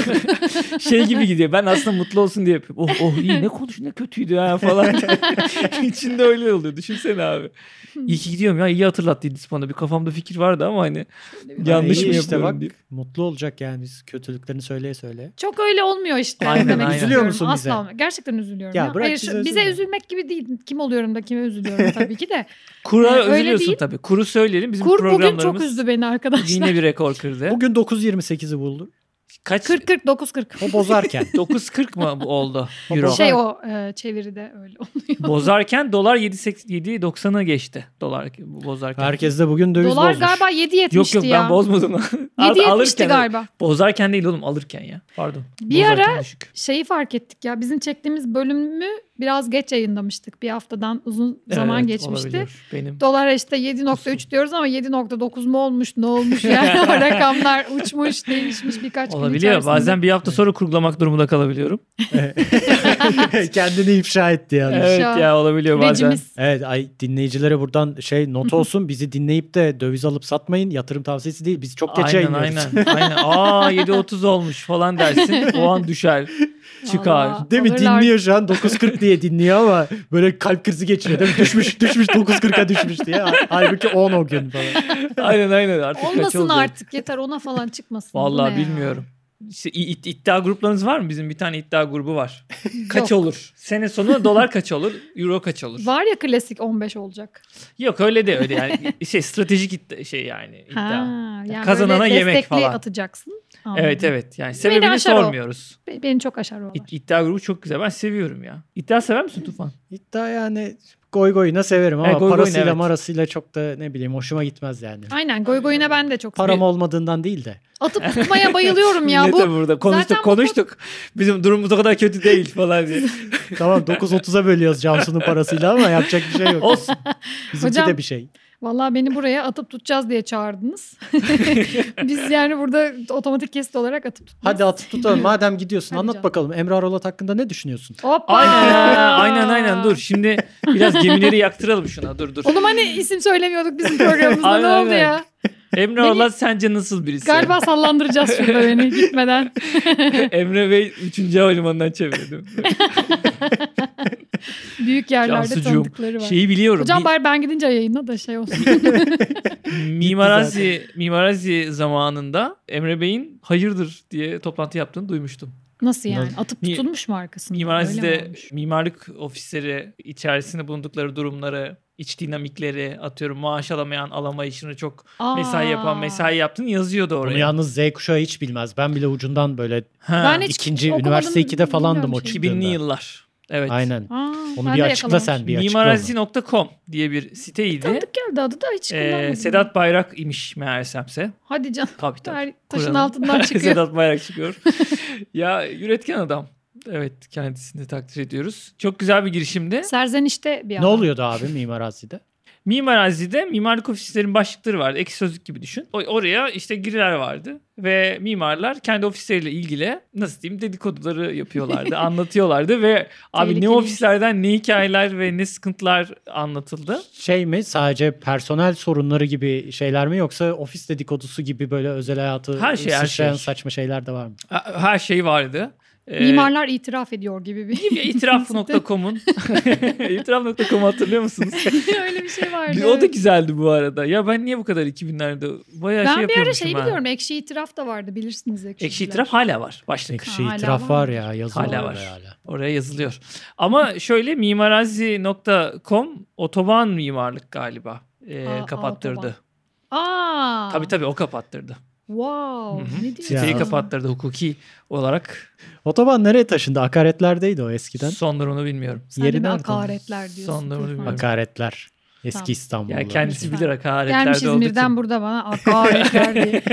Şey gibi gidiyor. Ben aslında mutlu olsun diye yapıyorum. Oh iyi ne konuştu ne kötüydü ha falan. İçinde öyle oluyor. Düşünsene abi. İyi ki gidiyorum ya iyi hatırlattınız bana. Bir kafamda fikir vardı ama hani yanlış İyi mı işte yapıyorum bak diye. mutlu olacak yani biz kötülüklerini söyleye söyleye. Çok öyle olmuyor işte. Aynen, Demek aynen. Üzülüyor istiyorum. musun bize? Asla. Gerçekten üzülüyorum. Ya Ya. bırak Hayır, bize bize üzülme. üzülmek gibi değil. Kim oluyorum da kime üzülüyorum tabii ki de. Kura Öyle üzülüyorsun değil. tabii. Kuru söyleyelim. Bizim Kur bugün programlarımız çok üzdü beni arkadaşlar. yine bir rekor kırdı. Bugün 9.28'i buldu. Kaç? 40 9.40. O bozarken. 9.40 mı bu oldu? O Euro. bozar- Şey o çeviride öyle oluyor. Bozarken dolar 7.90'a geçti. Dolar bozarken. Herkes de bugün döviz Dolar bozmuş. galiba 7.70'ti Yok ya. ben bozmadım. 7.70'ti Alırken- galiba. Bozarken değil oğlum alırken ya. Pardon. Bir Bozarken ara- düşük. Şeyi fark ettik ya, bizim çektiğimiz bölümü biraz geç yayınlamıştık. Bir haftadan uzun zaman Evet, geçmişti. olabilir. Benim. Dolar işte 7.3 diyoruz ama 7.9 mu olmuş, ne olmuş yani o rakamlar uçmuş değişmiş birkaç gün Olabiliyor. içerisinde. Bazen bir hafta sonra kurgulamak durumunda kalabiliyorum. Kendini ifşa etti yani. Evet. Evet Şu an ya olabiliyor bazen. Sürecimiz. Evet ay dinleyicilere buradan not olsun. Bizi dinleyip de döviz alıp satmayın. Yatırım tavsiyesi değil. Biz çok geç Aynen yayınlıyoruz. aynen. Aa 7.30 olmuş falan dersin. O an düşer. Çıkar. Vallahi. Değil mi? Alırlar. Dinliyor şu an 9.40 diye dinliyor ama böyle kalp krizi geçiriyor değil mi? Düşmüş 9.40'a düşmüş diye. Halbuki 10 o gün falan. Aynen artık kaç Olmasın olacak? artık, yeter ona falan çıkmasın. Bu Vallahi ne ya? bilmiyorum. İşte iddia gruplarınız var mı? Bizim bir tane iddia grubu var. Kaç Yok. olur? Sene sonu dolar kaç olur? Euro kaç olur? Var ya klasik 15 olacak. Yok öyle de öyle yani stratejik şey yani iddia. Ha, yani Kazanana böyle yemek destekli falan. atacaksın. Anladım. Evet yani sebebini aşar o. sormuyoruz. Beni çok aşar o. İddia grubu çok güzel. Ben seviyorum ya. İddia sever misin Tufan? İddia yani goy goyuna severim ama goy goyuna, parasıyla evet. marasıyla çok da ne bileyim hoşuma gitmez yani. Aynen, goy goyuna ben de çok Param olmadığından değil de. atıp tutmaya bayılıyorum ya. Millete Bu burada zaten konuştuk. Bizim durumumuz o kadar kötü değil falan diye. Tamam 9.30'a bölüyoruz Cansu'nun parasıyla ama yapacak bir şey yok. Olsun. Bizimki Hocam- de bir şey. vallahi beni buraya atıp tutacağız diye çağırdınız. Biz yani burada otomatik kesit olarak atıp tutmaz. Hadi atıp tutalım. Madem gidiyorsun Hadi anlat canım. bakalım. Emre Arolat hakkında ne düşünüyorsun? Hoppa. Aynen dur. Şimdi biraz gemileri yaktıralım şuna. Dur. Oğlum hani isim söylemiyorduk bizim programımızda, ne Aynen, oldu aynen. ya? Emre Beni- Allah sence nasıl birisi? Galiba sallandıracağız şurada beni gitmeden. Emre Bey 3. Havalimanından çevirdim. Büyük yerlerde Cansucuğum, tanıdıkları var. Şeyi biliyorum. Hocam bari ben gidince yayınla da şey olsun. Mimarazi zamanında Emre Bey'in hayırdır diye toplantı yaptığını duymuştum. Nasıl yani? Atıp Mi- tutulmuş mu arkasında? Öyle mi Mimarazi'de olmuş? mimarlık ofisleri içerisinde bulundukları durumları, iç dinamikleri, atıyorum maaş alamayan alamayışını çok mesai yapan mesai yaptığını yazıyordu oraya. Bunu yalnız Z kuşağı hiç bilmez. Ben bile ucundan böyle Ha, Ben hiç ikinci okumadım, üniversite 2'de falandım bilmiyorum o şey. 2000'li çıktığında. yıllar. Evet. Aynen. Aa, Onu ben bir de açıkla sen yakalamışım. bir açıkla onu. Mimarazi.com diye bir siteydi. Tanıdık geldi adı da hiç kullanmadım. Sedat Bayrak imiş meğersemse. Hadi canım. Tabii. Her taşın Kur'an'ın. altından çıkıyor. Sedat Bayrak çıkıyor. Ya üretken adam. Evet kendisini de takdir ediyoruz. Çok güzel bir girişimdi. Serzenişte bir Ne adam. oluyordu abi Mimar Azi'de? Mimar Azi'de mimarlık ofislerin başlıkları vardı. Ekşi Sözlük gibi düşün. Oraya işte giriler vardı. Ve mimarlar kendi ofisleriyle ilgili nasıl diyeyim dedikoduları yapıyorlardı. Anlatıyorlardı ve abi ne Tehlikeliymiş. ofislerden ne hikayeler ve ne sıkıntılar anlatıldı. Şey mi, sadece personel sorunları gibi şeyler mi, yoksa ofis dedikodusu gibi böyle özel hayatı Her şey, her sıçrayan şey. saçma şeyler de var mı? Her şey vardı. Mimarlar itiraf ediyor gibi bir. İtiraf.com'un İtiraf.com'u hatırlıyor musunuz? Öyle bir şey vardı. O da güzeldi bu arada. Ya ben niye bu kadar 2000'lerde bayağı Ben şey bir ara yapıyormuşum şey ha. biliyorum. Ekşi itiraf da vardı, bilirsiniz Ekşi Ekşiciler. itiraf hala var başlık. Ekşi Hala itiraf var var mı? ya, yazılıyor Hala öyle var. hala. Oraya yazılıyor. Ama şöyle mimarazi.com otoban mimarlık galiba kapattırdı. Aa. Tabii o kapattırdı. Wow. Hı-hı. Ne diyorsun? Ya. Şeyi kapattırdı hukuki olarak. Otoban nereye taşındı? Akaretlerdeydi o eskiden. Son durumunu bilmiyorum. Sen de Yeri bir nerede? hakaretler diyorsun. Son numarayı Tufan. bilmiyorum. Akaretler. Eski Tamam. İstanbul'da. Yani kendisi Lütfen. bilir hakaretlerde Gelmiş olduğu İzmir'den için. burada bana hakaretler diye.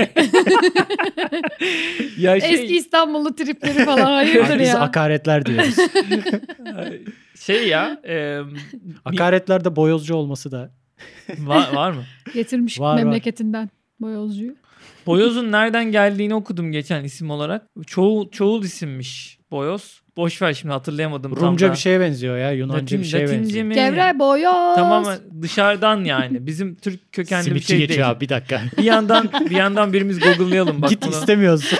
Ya Eski İstanbullu tripleri falan hayırdır Biz ya. akaretler diyoruz. şey ya Akaretlerde boyozcu olması da. var mı? Getirmiş Var. memleketinden boyozcuyu. Boyoz'un nereden geldiğini okudum geçen isim olarak. Çoğul isimmiş Boyoz. Boş ver şimdi hatırlayamadım tam Rumca da. bir şeye benziyor ya. Yunanca bir şeye Latince benziyor. mi? Gevre boyoz. Tamamen dışarıdan yani. Bizim Türk kökenli bir Simitçi şey geçiyor değil. abi, bir dakika. Bir yandan birimiz Google'layalım bak Git bunu. istemiyoruz.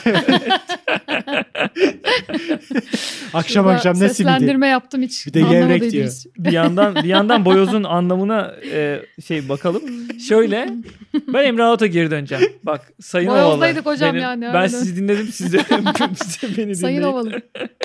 akşam Şurada akşam ne simidi? seslendirme yaptım hiç. Bir de gevrek anlamadıydınız. Bir yandan Boyoz'un anlamına bakalım. Şöyle ben Emre Ağat'a geri döneceğim. Bak Sayın Ovalı. Boyozdaydık hocam yani, Ben aynen. sizi dinledim siz de siz de beni Sayın dinleyin. Ovalı.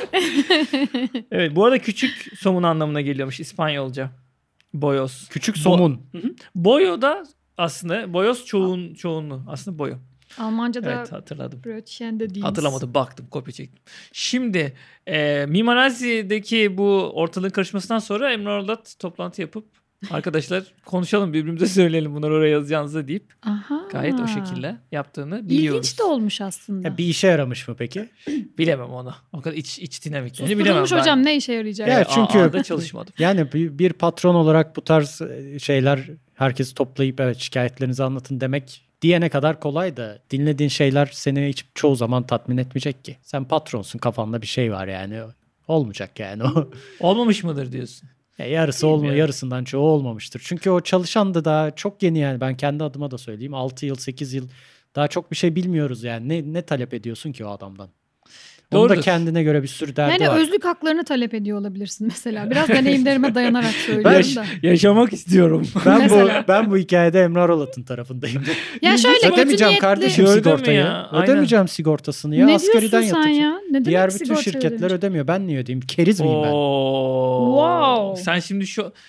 Evet bu arada küçük somun anlamına geliyormuş İspanyolca. Boyoz. Küçük somun. Boyo da aslında Boyoz çoğunluğu. Aslında boyo. Almanca'da Evet hatırladım. Brötchen de değil. Hatırlamadım baktım kopya çektim. Şimdi Mimar Azi'deki bu ortalığın karışmasından sonra Emre Orlat toplantı yapıp arkadaşlar konuşalım birbirimize söyleyelim bunları oraya yazacağınızı deyip Aha. gayet o şekilde yaptığını biliyoruz. İlginç de olmuş aslında. Ya bir işe yaramış mı peki? Bilemem onu. O kadar iç dinamiklerini bilemem Susturulmuş ben. hocam, ne işe yarayacak? Ya çünkü- A'da çalışmadım. Yani bir patron olarak bu tarz şeyler, herkesi toplayıp evet şikayetlerinizi anlatın demek diyene kadar kolay da dinlediğin şeyler seni hiç çoğu zaman tatmin etmeyecek ki. Sen patronsun, kafanda bir şey var yani. Olmayacak yani o. Olmamış mıdır diyorsun? Yarısı Bilmiyorum. yarısından çoğu olmamıştır. Çünkü o çalışan da daha çok yeni yani. Ben kendi adıma da söyleyeyim. 6 yıl 8 yıl daha çok bir şey bilmiyoruz yani. Ne talep ediyorsun ki o adamdan? Onun da Doğrudur. kendine göre bir sürü derdi Yani var. özlük haklarını talep ediyor olabilirsin mesela. Biraz deneyimlerime dayanarak söylüyorum da. Yaşamak istiyorum. Mesela. Ben bu hikayede Emre Arolat'ın tarafındayım. Ya şöyle kötü Ödemeyeceğim niyetli. kardeşim Gördün mü sigortayı. ya? Aynen. Ödemeyeceğim sigortasını ya. Ne Asgariden diyorsun sen yatıracağım. ya? Ne demek Diğer bütün sigorta şirketler ödemiş? ödemiyor. Ben niye ödeyeyim? Keriz miyim ben? Oo. Wow. Sen şimdi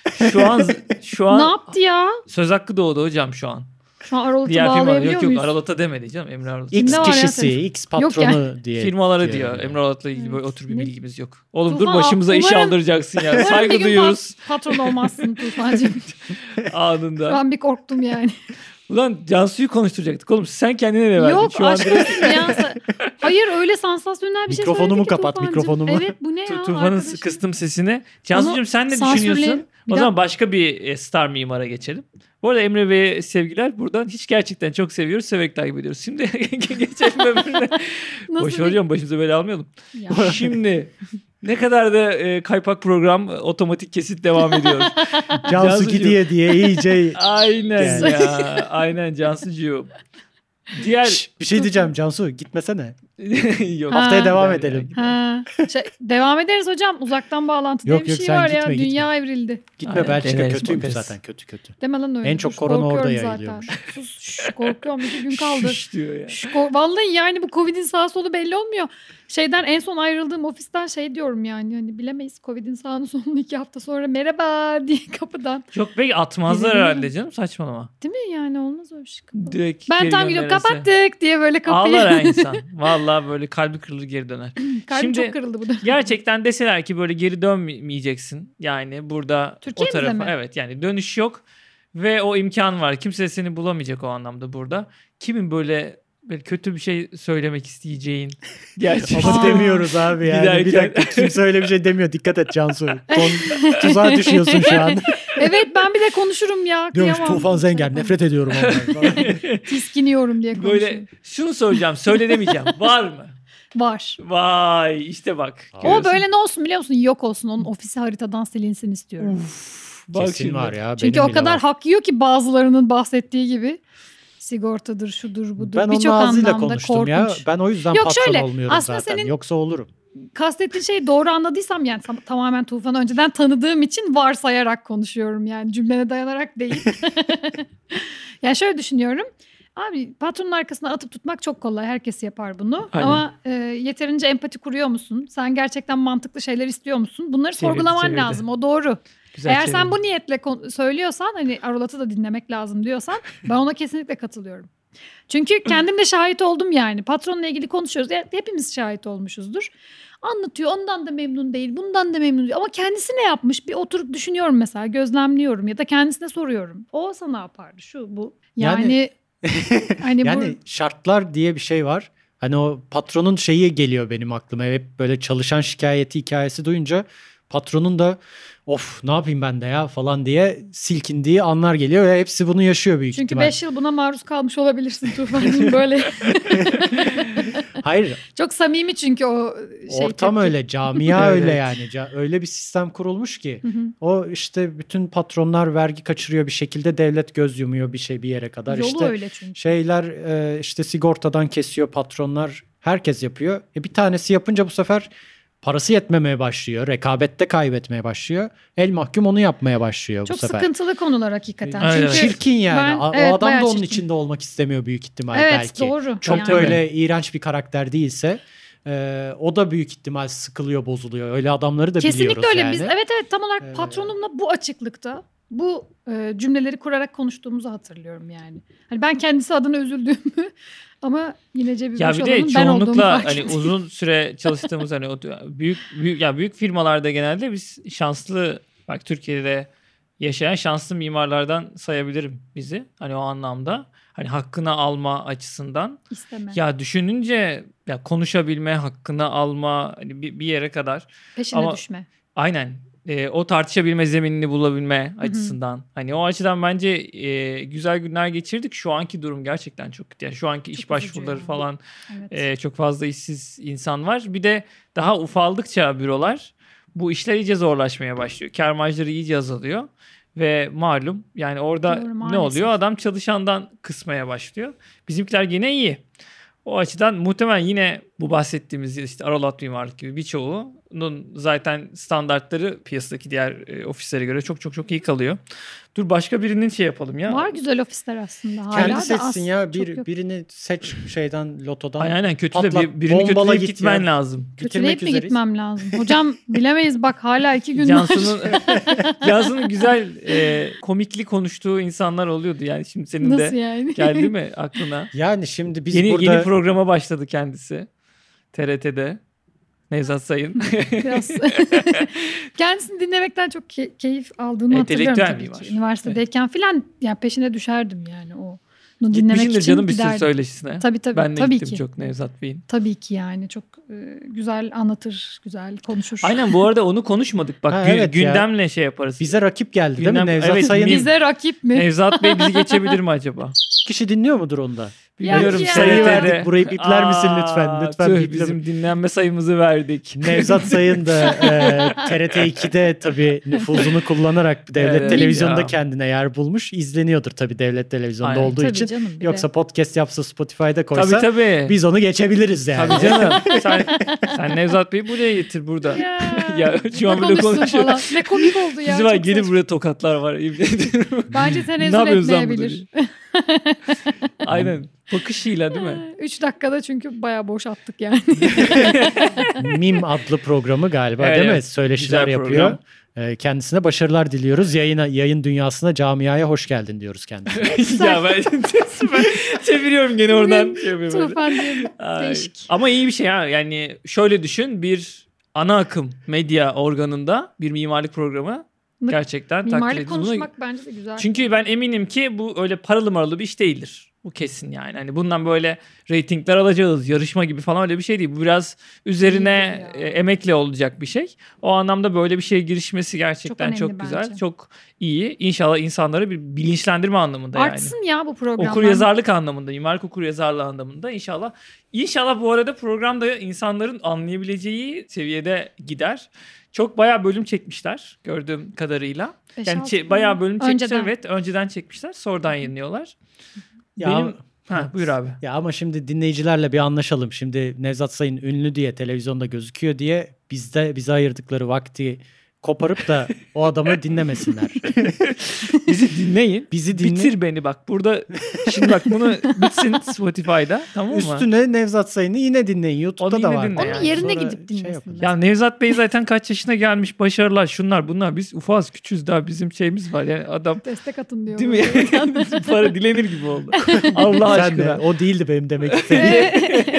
şu an Ne yaptı ya? söz hakkı doğdu hocam şu an. Şu an Aralık'ı Diğer firmalar bağlayabiliyor yok muyuz? Aralata demedi canım Emre Aralat. X Kimde var ya kişisi, senin? X patronu diye. Firmaları diyor. diyor. Emre Aralat'la ilgili böyle Evet. o tür bir Ne? bilgimiz yok. Oğlum Tufan, dur başımıza iş umarım- aldıracaksın ya. Umarım bir Saygı gün duyuyoruz patron olmazsın Tufancığım. Şu anında. an bir korktum yani. Ulan Cansu'yu konuşturacaktık oğlum. Sen kendine ne verdin? Yok Şu an aşk direkt olsun ya. Hayır öyle sansasyonel bir şey Mikrofonumu söyledi ki kapat, Tufancığım. mikrofonumu. Evet bu ne ya Tufan'ın arkadaşım? kıstım sesini. Cansu'cum sen ne sansürleyin. düşünüyorsun? Bir O zaman başka bir star mimara geçelim. Bu arada Emre Bey'e sevgiler. Buradan hiç gerçekten çok seviyoruz. Severek takip ediyoruz. Şimdi geçelim öbürüne. Nasıl Boş bir- hocam başımıza böyle almayalım. Ya. Şimdi ne kadar da kaypak program otomatik kesit devam ediyor. Cansu Cansucuğum. gidiyor diye iyice... Aynen Yani. ya. Aynen Cansucuğum. Diğer Şş, bir şey diyeceğim Cansu, gitmesene. yok. Ha. Haftaya devam Gider edelim. ya, Ha, devam ederiz hocam. Uzaktan bağlantı diye Yok, bir yok, şey sen var ya. gitme, Dünya evrildi. Gitme, Aynen, Belçika deneriz, kötüymüş bakarız. zaten, kötü. Deme lan öyle. En çok Dur, korona orada korkuyorum zaten. yayılıyormuş. Sus, korkuyorum. 2 gün kaldı. Şş diyor ya. Vallahi yani bu Covid'in sağ solu belli olmuyor. Şeyden en son ayrıldığım ofisten şey diyorum yani. Hani bilemeyiz Covid'in sağını sonunu 2 hafta sonra merhaba diye kapıdan. Yok peki atmazlar Bilmiyorum. herhalde canım saçmalama. Değil mi yani olmaz öyle şey. Direkt Ben geri tam gidiyorum gönderirse. kapattık diye böyle kapıyı. Ağlar ha insan. Vallahi böyle kalbi kırılır geri döner. Kalbim Şimdi çok kırıldı bu da. gerçekten deseler ki böyle geri dönmeyeceksin. Yani burada Türkiye'mize o tarafa mi? evet yani dönüş yok ve o imkan var. Kimse seni bulamayacak o anlamda burada. Kimin böyle kötü bir şey söylemek isteyeceğin gerçekten. Ama demiyoruz abi yani. Bir Giderken- dakika, kimse öyle bir şey demiyor. Dikkat et Cansu. Tuzağa düşüyorsun şu an. Evet, ben bir de konuşurum ya. Diyormuş Kıyamam. Tufan Zenger, nefret ediyorum ondan. Tiskiniyorum diye konuşurum. Böyle şunu soracağım, söyle demeyeceğim. Var mı? Var. Vay işte bak. Aa. O Görüyorsun. böyle ne olsun biliyor musun? Yok olsun. Onun ofisi haritadan silinsin istiyorum. Bak Kesin şimdi. var ya. Çünkü benim o bile kadar var. hak yiyor ki bazılarının bahsettiği gibi. Sigortadır, şudur, budur. Ben onun Birçok ağzıyla anlamda konuştum korkunç. ya. Ben o yüzden Yok, patron şöyle, olmuyorum aslında zaten. senin- Yoksa olurum. Kastettiğin şeyi doğru anladıysam yani tamamen Tufan'ı önceden tanıdığım için varsayarak konuşuyorum yani cümlene dayanarak değil. Yani şöyle düşünüyorum. Abi patronun arkasına atıp tutmak çok kolay. Herkes yapar bunu. Aynen. Ama yeterince empati kuruyor musun? Sen gerçekten mantıklı şeyler istiyor musun? Bunları Çevirdi, sorgulaman çevirdi. lazım. O doğru. Güzel Eğer sen çevirdin. bu niyetle söylüyorsan hani Arolat'ı da dinlemek lazım diyorsan ben ona kesinlikle katılıyorum. Çünkü kendim de şahit oldum yani. Patronla ilgili konuşuyoruz. Hepimiz şahit olmuşuzdur. Anlatıyor. Ondan da memnun değil. Bundan da memnun değil. Ama kendisi ne yapmış? Bir oturup düşünüyorum mesela. Gözlemliyorum ya da kendisine soruyorum. O olsa ne yapardı? Şu bu. Yani hani Yani şartlar diye bir şey var. Hani o patronun şeyi geliyor benim aklıma. Hep böyle çalışan şikayeti hikayesi duyunca patronun da of ne yapayım ben de ya falan diye silkindiği anlar geliyor ve hepsi bunu yaşıyor büyük çünkü ihtimal. 5 yıl buna maruz kalmış olabilirsin Tufan'cığım böyle. Hayır, Çok samimi çünkü o şey. ortam tepki. öyle, camia Evet. öyle yani. Öyle bir sistem kurulmuş ki. Hı hı. O işte bütün patronlar vergi kaçırıyor bir şekilde, devlet göz yumuyor bir yere kadar. Yolu İşte öyle çünkü. şeyler işte sigortadan kesiyor patronlar. Herkes yapıyor. Bir tanesi yapınca bu sefer parası yetmemeye başlıyor. Rekabette kaybetmeye başlıyor. El mahkum onu yapmaya başlıyor Çok bu sefer. sıkıntılı konular hakikaten. Evet. Çünkü Çirkin yani. ben- O evet, adam bayağı da onun çirkin. içinde olmak istemiyor büyük ihtimal Evet, belki. doğru. Çok Yani. böyle iğrenç bir karakter değilse o da büyük ihtimal sıkılıyor, bozuluyor. Öyle adamları da biliyoruz Kesinlikle öyle. yani. Biz evet tam olarak Ee, patronumla bu açıklıkta bu cümleleri kurarak konuştuğumuzu hatırlıyorum yani. Hani ben kendisi adına üzüldüğümü ama yine cebi Ya boş bir olanın de ben olduğumu çoğunlukla fark hani ettim. uzun süre çalıştığımız hani o büyük firmalarda genelde biz şanslı, bak Türkiye'de yaşayan şanslı mimarlardan sayabilirim bizi. Hani o anlamda hani hakkını alma açısından. İstemem. Ya düşününce ya konuşabilme, hakkını alma hani bir yere kadar. Peşine ama- düşme. Aynen. O tartışabilme zeminini bulabilme açısından. Hani o açıdan bence güzel günler geçirdik. Şu anki durum gerçekten çok kötü. Yani şu anki Çok iş üzücü başvuruları ya. falan Evet. çok fazla işsiz insan var. Bir de daha ufaldıkça bürolar bu işler iyice zorlaşmaya başlıyor. Kâr marjları iyice azalıyor. Ve malum yani orada Doğru, ne maalesef. oluyor? Adam çalışandan kısmaya başlıyor. Bizimkiler gene iyi. O açıdan muhtemelen yine bu bahsettiğimiz işte Arolat mimarlık gibi birçoğunun zaten standartları piyasadaki diğer ofislere göre çok iyi kalıyor. Dur başka birinin şey yapalım ya. Var güzel ofisler aslında. Hala Kendi da seçsin az, ya. çok yok. Birini seç şeyden, lotodan. Aynen kötü de Patlat, birini bombala kötüleyip git gitmen ya. lazım. Kötüleyip mi üzereyiz. gitmem lazım? Hocam bilemeyiz bak hala 2 gün var. Cansu'nun güzel komikli konuştuğu insanlar oluyordu yani şimdi senin Nasıl de yani? geldi mi aklına? Yani şimdi biz Yeni burada programa başladı kendisi TRT'de. Nevzat Sayın. Biraz kendisini dinlemekten çok keyif aldığımı Entelektüel hatırlıyorum tabii mimar. ki. Üniversitedeyken filan yani peşine düşerdim yani o. Onu dinlemek Gitmişsindir için canım bir sürü giderdim. söyleşisine. Tabii Ben de tabii gittim ki. çok Nevzat Bey'in. Tabii ki yani çok güzel anlatır, güzel konuşur. Aynen bu arada onu konuşmadık. Bak Ha, evet ya. gündemle şey yaparız. bize rakip geldi değil mi? Gündem- Nevzat evet, Sayın Bize rakip mi? Nevzat Bey bizi geçebilir mi acaba? kişi dinliyor mudur onda? Bilmiyorum. ya. Sayı TRT'de. verdik. Burayı bipler misin lütfen? Aa, Lütfen tüh, biple. bizim dinlenme sayımızı verdik. Nevzat Sayın da TRT 2'de tabii nüfuzunu kullanarak devlet Evet televizyonda ya. kendine yer bulmuş. İzleniyordur tabii devlet televizyonda Aynen. olduğu Tabii için. canım, bir de. Yoksa podcast yapsa, Spotify'da koysa Tabii. biz onu geçebiliriz yani. Tabii canım. sen Nevzat Bey'i buraya getir burada. Ya, Ya şu an ne böyle konuşsun konuşuyor. falan. Ne komik oldu ya. Bizi var çok gelip saçma. buraya tokatlar var. Bence Ne tenezzül yapıyorsun lan etmeyebilir. Aynen. Bakışıyla değil mi? 3 dakikada çünkü bayağı boş attık yani. Mim adlı programı galiba Evet, değil mi? evet. Söyleşiler Güzel yapıyor. Kendisine başarılar diliyoruz. Yayın dünyasına, camiaya hoş geldin diyoruz kendisine. Ya ben çeviriyorum gene oradan. Şey yapıyorum böyle. Tufan diye bir Ay. değişik. Ama iyi bir şey ha. Yani şöyle düşün, bir ana akım medya organında bir mimarlık programı gerçekten takdir Mimarlık ediyoruz. konuşmak bence de güzel. Çünkü ben eminim ki bu öyle paralı maralı bir iş değildir. Bu kesin yani. Hani bundan böyle reytingler alacağız, yarışma gibi falan öyle bir şey değil. Bu biraz üzerine emekle olacak bir şey. O anlamda böyle bir şeye girişmesi gerçekten çok güzel. bence. Çok iyi. İnşallah insanları bir bilinçlendirme anlamında Artsın ya bu programlar. Okur yazarlık anlamında, mimarlık okur yazarlığı anlamında inşallah. İnşallah bu arada programda insanların anlayabileceği seviyede gider. Çok bayağı bölüm çekmişler gördüğüm kadarıyla. Yani bayağı bölüm çekmişler, evet. Önceden çekmişler, sonradan yayınlıyorlar. Ya, buyur abi. Ya ama şimdi dinleyicilerle bir anlaşalım. Şimdi Nevzat Sayın ünlü diye televizyonda gözüküyor diye bize ayırdıkları vakti koparıp da o adamı dinlemesinler. Bizi dinleyin. Bitir beni bak. Burada şimdi bak bunu bitsin Spotify'da, tamam mı? Üstüne Nevzat Sayın'ı yine dinleyin. YouTube'da da var. Onun yerine gidip dinlesinler. Ya Nevzat Bey zaten kaç yaşına gelmiş, başarılar şunlar bunlar. Biz ufaz küçüğüz, daha bizim şeyimiz var. Yani adam destek atın diyor. Değil mi? Para dilenir gibi oldu. Allah aşkına. De, o değildi benim demek istediğim.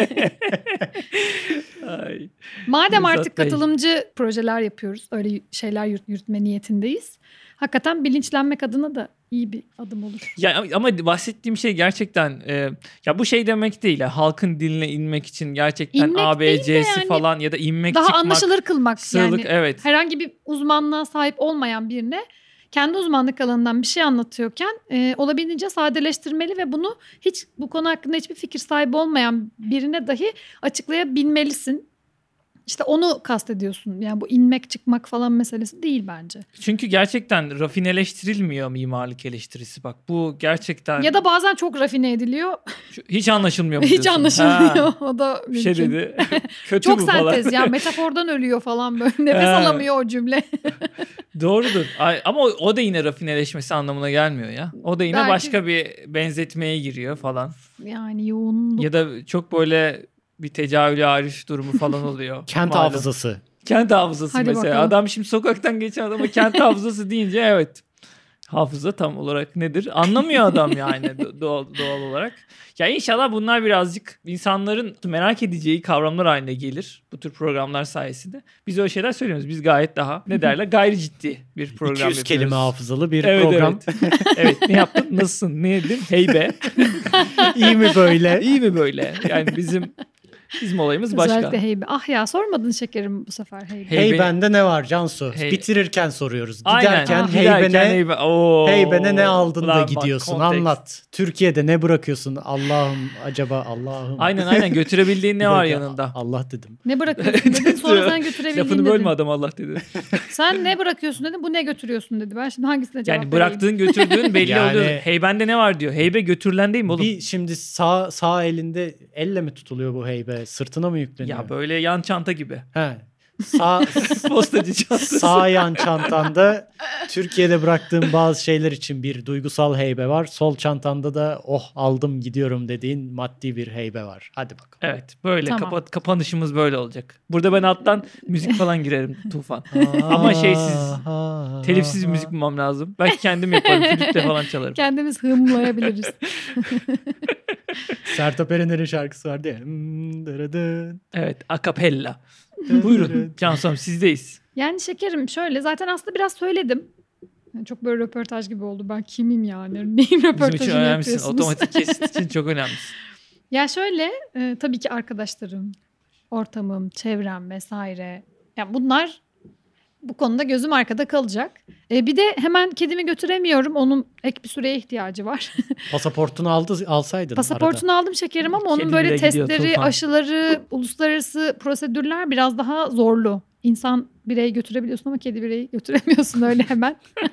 Madem artık katılımcı projeler yapıyoruz, öyle şeyler yürütme niyetindeyiz. Hakikaten bilinçlenmek adına da iyi bir adım olur. Ya ama bahsettiğim şey gerçekten ya bu şey demek değil. Ya, halkın diline inmek için gerçekten ABC'si yani, falan ya da inmek daha çıkmak. Daha anlaşılır kılmak. Sığlık, yani evet. Herhangi bir uzmanlığa sahip olmayan birine kendi uzmanlık alanından bir şey anlatıyorken olabildiğince sadeleştirmeli ve bunu hiç bu konu hakkında hiçbir fikir sahibi olmayan birine dahi açıklayabilmelisin. İşte onu kastediyorsun. Yani bu inmek çıkmak falan meselesi değil bence. Çünkü gerçekten rafineleştirilmiyor mimarlık eleştirisi. Bak bu gerçekten... Ya da bazen çok rafine ediliyor. Hiç anlaşılmıyor mu Hiç diyorsun? anlaşılmıyor. O da mümkün. Şey dedi. Kötü çok bu falan. sentez ya. Metafordan ölüyor falan böyle. Nefes alamıyor o cümle. Doğrudur. Ama o da yine rafineleşmesi anlamına gelmiyor ya. O da yine belki başka bir benzetmeye giriyor falan. Yani yoğunluk. Ya da çok böyle bir tecavüle arif durumu falan oluyor. Kent hafızası. Kent hafızası hadi mesela. Bakalım. Adam şimdi sokaktan geçen adama kent hafızası deyince evet. Hafıza tam olarak nedir? Anlamıyor adam yani doğal olarak. Ya inşallah bunlar birazcık insanların merak edeceği kavramlar haline gelir bu tür programlar sayesinde. Biz öyle şeyler söylüyoruz. Biz gayet daha ne derler gayri ciddi bir program 200 yapıyoruz. 200 kelime hafızalı bir program. Evet. Evet, ne yaptın? Nasılsın? Ne yedin? Heybe. İyi mi böyle? İyi mi böyle? Yani bizim olayımız başka. Özellikle heybe. Ah ya sormadın şekerim bu sefer heybe. Heybende ne var Cansu? Bitirirken soruyoruz. Giderken heybene heybene ne aldın da gidiyorsun? Anlat. Türkiye'de ne bırakıyorsun? Allah'ım acaba Allah'ım. Aynen götürebildiğin ne var yanında? Allah dedim. Ne bırakıyorsun dedim. Sonra sen götürebildiğin lafını dedin. bölme adam Allah dedi. Sen ne bırakıyorsun dedim. Bu ne götürüyorsun dedi. Ben şimdi hangisine cevap Yani bıraktığın götürdüğün belli yani, oluyor. Heybende ne var diyor. Heybe götürülen değil mi oğlum? Bir şimdi sağ elinde elle mi tutuluyor bu heybe? Sırtına mı yükleniyor? Ya böyle yan çanta gibi. He. Sağ postacı çantası. Sağ yan çantanda Türkiye'de bıraktığım bazı şeyler için bir duygusal heybe var. Sol çantanda da aldım gidiyorum dediğin maddi bir heybe var. Hadi bakalım. Evet böyle tamam. Kapanışımız böyle olacak. Burada ben alttan müzik falan girerim Tufan. Ama telifsiz bir müzik bulmam lazım. Belki kendim yaparım. Flütle falan çalarım. Kendimiz hımlayabiliriz. Sertab Erener'in şarkısı vardı ya. Evet, akapella. Buyurun Cansu'm sizdeyiz. Yani şekerim şöyle zaten aslında biraz söyledim. Yani çok böyle röportaj gibi oldu. Ben kimim yani? Neyin röportajını Bizim için önemlisin. yapıyorsunuz? Otomatik kesit için çok önemlisin. Ya şöyle tabii ki arkadaşlarım, ortamım, çevrem vesaire. Yani bunlar bu konuda gözüm arkada kalacak. Bir de hemen kedimi götüremiyorum. Onun ek bir süreye ihtiyacı var. Pasaportunu alsaydın. Pasaportunu aldım şekerim ama onun böyle testleri, aşıları, uluslararası prosedürler biraz daha zorlu. İnsan bireyi götürebiliyorsun ama kedi bireyi götüremiyorsun öyle hemen.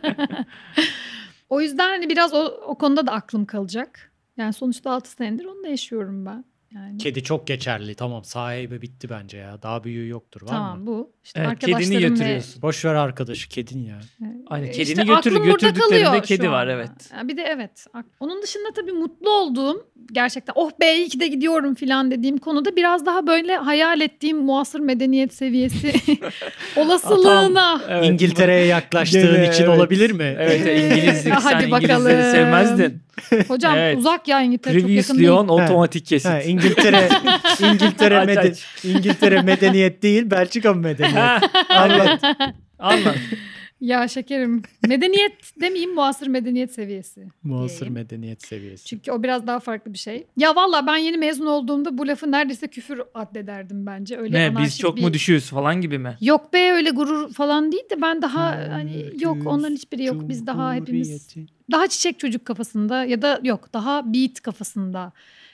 O yüzden hani biraz o konuda da aklım kalacak. Yani sonuçta 6 senedir onu da yaşıyorum ben. Yani. Kedi çok geçerli. Tamam sahibi bitti bence ya. Daha büyüğü yoktur var tamam, mı? Bu. İşte evet, kedini götürüyorsun. Boş ver arkadaşı kedin ya. Aynen kedini götürdüklerinde kedi var evet. Bir de evet. Onun dışında tabii mutlu olduğum gerçekten oh be iyi ki de gidiyorum falan dediğim konuda biraz daha böyle hayal ettiğim muasır medeniyet seviyesi olasılığına. Evet. İngiltere'ye yaklaştığın için olabilir mi? Evet İngilizlik hadi sen bakalım. İngilizleri sevmezdin. Hocam evet. Uzak ya İngiltere çok Previous yakın Lyon değil. otomatik kesit. İngiltere medeniyet değil Belçika mı medeniyet? Anlat. Ya şekerim. Medeniyet demeyeyim, muasır medeniyet seviyesi. Muasır diyeyim. medeniyet seviyesi. Çünkü o biraz daha farklı bir şey. Ya valla ben yeni mezun olduğumda bu lafı neredeyse küfür addederdim bence. Öyle Ne biz anarşik çok mu düşüyoruz falan gibi mi? Yok be, öyle gurur falan değil de ben daha hani yok, onların hiçbiri yok. Biz daha hepimiz Cumhuriyeti. daha çiçek çocuk kafasında ya da yok daha beat kafasında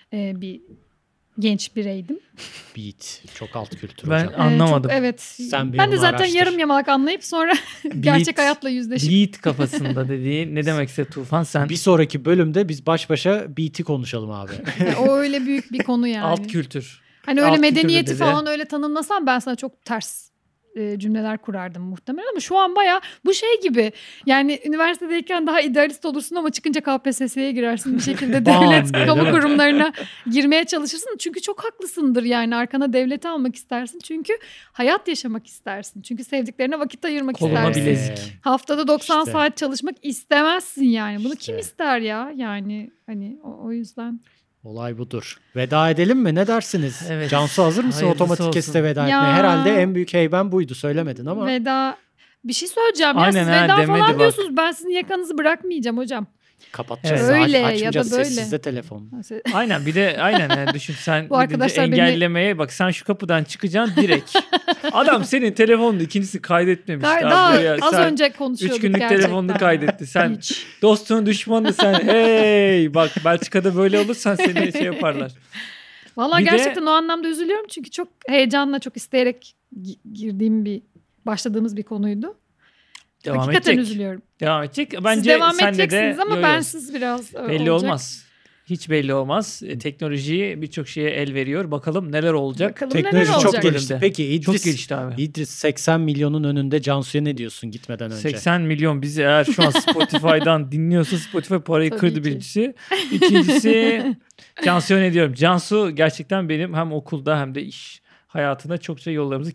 bir genç bireydim. Beat. Çok alt kültür Ben hocam. anlamadım. Çok, evet. Sen bir Ben de onu zaten araştır. yarım yamalak anlayıp sonra gerçek hayatla yüzleşip. Beat kafasında dediği ne demekse Tufan sen Bir sonraki bölümde biz baş başa beat'i konuşalım abi. O öyle büyük bir konu yani. alt kültür. Hani öyle alt kültür medeniyeti dedi. falan öyle tanımlasam ben sana çok ters cümleler kurardım muhtemelen, ama şu an baya bu şey gibi, yani üniversitedeyken daha idealist olursun ama çıkınca KPSS'ye girersin bir şekilde Bam devlet diye, kamu değil mi? kurumlarına girmeye çalışırsın çünkü çok haklısındır, yani arkana devleti almak istersin çünkü hayat yaşamak istersin çünkü sevdiklerine vakit ayırmak Koluma istersin. bilezik. Haftada 90 İşte. saat çalışmak istemezsin yani. Bunu İşte. kim ister ya? Yani hani o yüzden. Olay budur. Veda edelim mi? Ne dersiniz? Evet. Cansu hazır mısın Hayırlısı otomatik olsun. keste veda Ya. etmeye? Herhalde en büyük heyben buydu. Söylemedin ama. Veda, bir şey söyleyeceğim ya, Aynen siz ha, veda demedi falan bak. diyorsunuz. Ben sizin yakanızı bırakmayacağım hocam. Kapatacağız. Evet. Öyle ya da Açmayacağız böyle. sessizde telefon. Aynen bir de aynen yani düşün sen Bu arkadaşlar gidince engellemeye bak, sen şu kapıdan çıkacaksın direkt. Adam senin telefonunu ikincisi kaydetmemiş. Daha buraya. az Sen önce konuşuyorduk 3 günlük gerçekten. telefonunu kaydetti. Sen Hiç. dostunu düşmanını sen hey bak Belçika'da böyle olursan seni şey yaparlar. Vallahi Bir de- gerçekten o anlamda üzülüyorum çünkü çok heyecanla, çok isteyerek girdiğim başladığımız bir konuydu. Devam Hakikaten edecek. üzülüyorum. Devam edecek. Siz Bence devam sende de edeceksiniz ama yo, yo. bensiz biraz belli olacak. olmaz. Hiç belli olmaz. Teknoloji birçok şeye el veriyor. Bakalım neler olacak. Bakalım Teknoloji neler çok olacak. gelişti. Peki Çok İdris, gelişti abi. İdris 80 milyonun önünde Cansu'ya ne diyorsun gitmeden önce? 80 milyon bizi eğer şu an Spotify'dan dinliyorsa Spotify parayı Tabii kırdı ki. birincisi. İkincisi Cansu'ya ne diyorum? Cansu gerçekten benim hem okulda hem de iş hayatında çokça yollarımızı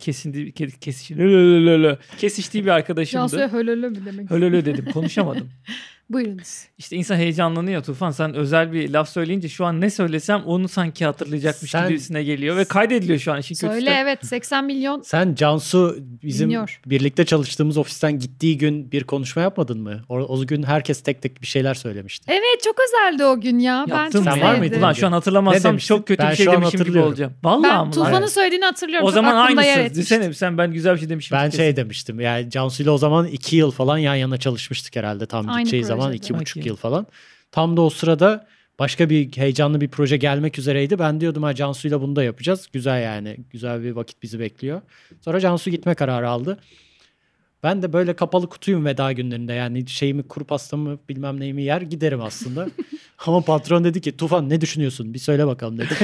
kesiştiği bir arkadaşımdı. Cansu'ya hölölö mü demek? Öyle dedim, konuşamadım. Buyurunuz. İşte insan heyecanlanıyor Tufan. Sen özel bir laf söyleyince şu an ne söylesem onu sanki hatırlayacakmış Sen- gibisine geliyor. Ve kaydediliyor şu an işin kötüsü. Söyle, evet, 80 milyon. Sen Cansu bizim Dinliyor. birlikte çalıştığımız ofisten gittiği gün bir konuşma yapmadın mı? O gün herkes tek tek bir şeyler söylemişti. Evet, çok özeldi o gün ya. Ben Yaptım çok Sen ya. var sevdim. mıydın? Ulan şu an Ne hatırlamazsam demiştin? çok kötü Ben bir şey şu an demişim gibi hatırlıyorum. olacağım. Vallahi Ben mi Tufan'ın lan? söylediğini hatırlıyorum. O Çok zaman aklımda yer aynısı. etmişti. Düşünsene sen ben güzel bir şey demişim. Ben kesin. şey demiştim. Yani Cansu'yla o zaman 2 yıl falan yan yana çalışmıştık herhalde. Tam Aynı gideceği zaman projede. 2,5 Okey. yıl falan. Tam da o sırada başka bir heyecanlı bir proje gelmek üzereydi. Ben diyordum ha Cansu'yla bunu da yapacağız. Güzel yani. Güzel bir vakit bizi bekliyor. Sonra Cansu gitme kararı aldı. Ben de böyle kapalı kutuyum veda günlerinde. Yani şeyimi, kuru pastamı bilmem neyimi yer giderim aslında. Ama patron dedi ki Tufan ne düşünüyorsun? Bir söyle bakalım dedi.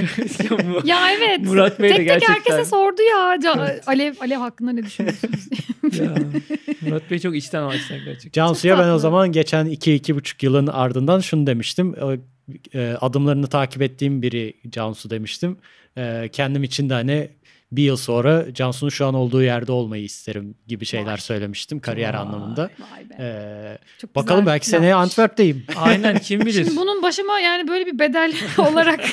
Ya evet. Murat Bey de tek gerçekten. herkese sordu ya. Alev hakkında ne düşünüyorsunuz? Ya, Murat Bey çok içten açtan gerçekten. Cansu'ya Çok ben o tatlı. zaman geçen 2-2,5 yılın ardından şunu demiştim. Adımlarını takip ettiğim biri Cansu demiştim. Kendim için de hani bir yıl sonra Cansu'nun şu an olduğu yerde olmayı isterim gibi şeyler Vay. söylemiştim kariyer Vay. anlamında. Vay be. Çok Bakalım güzel belki seneye planmış. Antwerp'teyim. Aynen kim bilir. Şimdi bunun başıma yani böyle bir bedel olarak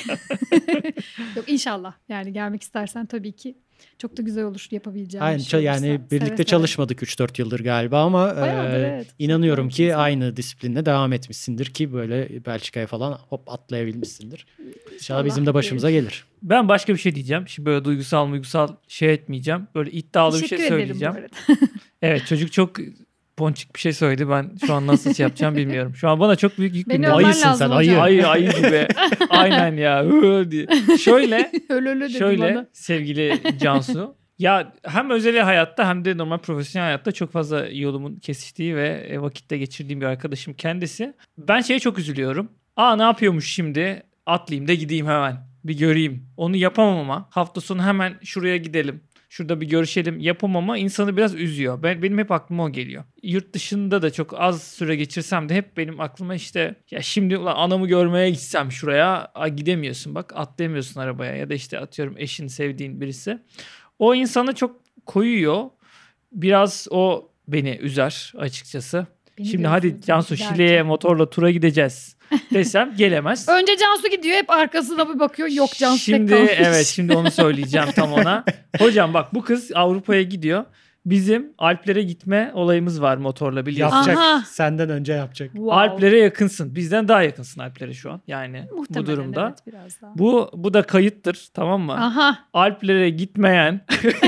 yok inşallah, yani gelmek istersen tabii ki çok da güzel olur yapabileceğim Aynen bir şey yani olursa. birlikte Seve seve. çalışmadık 3-4 yıldır galiba ama Bayağıdır, evet. inanıyorum Çok ki güzel. aynı disiplinle devam etmişsindir ki böyle Belçika'ya falan hop atlayabilmişsindir. İnşallah bizim de başımıza gelir. Ben başka bir şey diyeceğim. Şimdi böyle duygusal şey etmeyeceğim. Böyle iddialı bir Teşekkür şey ederim bu söyleyeceğim. arada. Evet, çocuk çok ponçik bir şey söyledi. Ben şu an nasıl şey yapacağım bilmiyorum. Şu an bana çok büyük yük Beni bindi. övmen Ayısın lazım sen, hocam. ayı. Ayı gibi. Aynen ya. Hı diye. Şöyle Öyle dedi Şöyle bana. sevgili Cansu. Ya hem özel hayatta hem de normal profesyonel hayatta çok fazla yolumun kesiştiği ve vakitte geçirdiğim bir arkadaşım kendisi. Ben şeye çok üzülüyorum. Ne yapıyormuş şimdi? Atlayayım da gideyim hemen. Bir göreyim. Onu yapamam ama hafta sonu hemen şuraya gidelim. Şurada bir görüşelim yapamama insanı biraz üzüyor. Benim hep aklıma o geliyor. Yurt dışında da çok az süre geçirsem de hep benim aklıma işte ya şimdi ulan anamı görmeye gitsem şuraya gidemiyorsun bak atlayamıyorsun arabaya ya da işte atıyorum eşin sevdiğin birisi. O insanı çok koyuyor. Biraz o beni üzer açıkçası. Beni Şimdi de hadi üzüldü Cansu giderken. Şile'ye motorla tura gideceğiz desem gelemez. Önce Cansu gidiyor, hep arkasına bir bakıyor. Yok, Cansu Şimdi tek kalmış. evet şimdi onu söyleyeceğim tam ona. Hocam bak bu kız Avrupa'ya gidiyor. bizim Alplere gitme olayımız var motorla biliyorsun. Yapacak. Aha. Senden önce yapacak. Wow. Alplere yakınsın. Bizden daha yakınsın Alplere şu an. Yani Muhtemelen bu durumda. evet, biraz daha. Bu da kayıttır, tamam mı? Aha. Alplere gitmeyen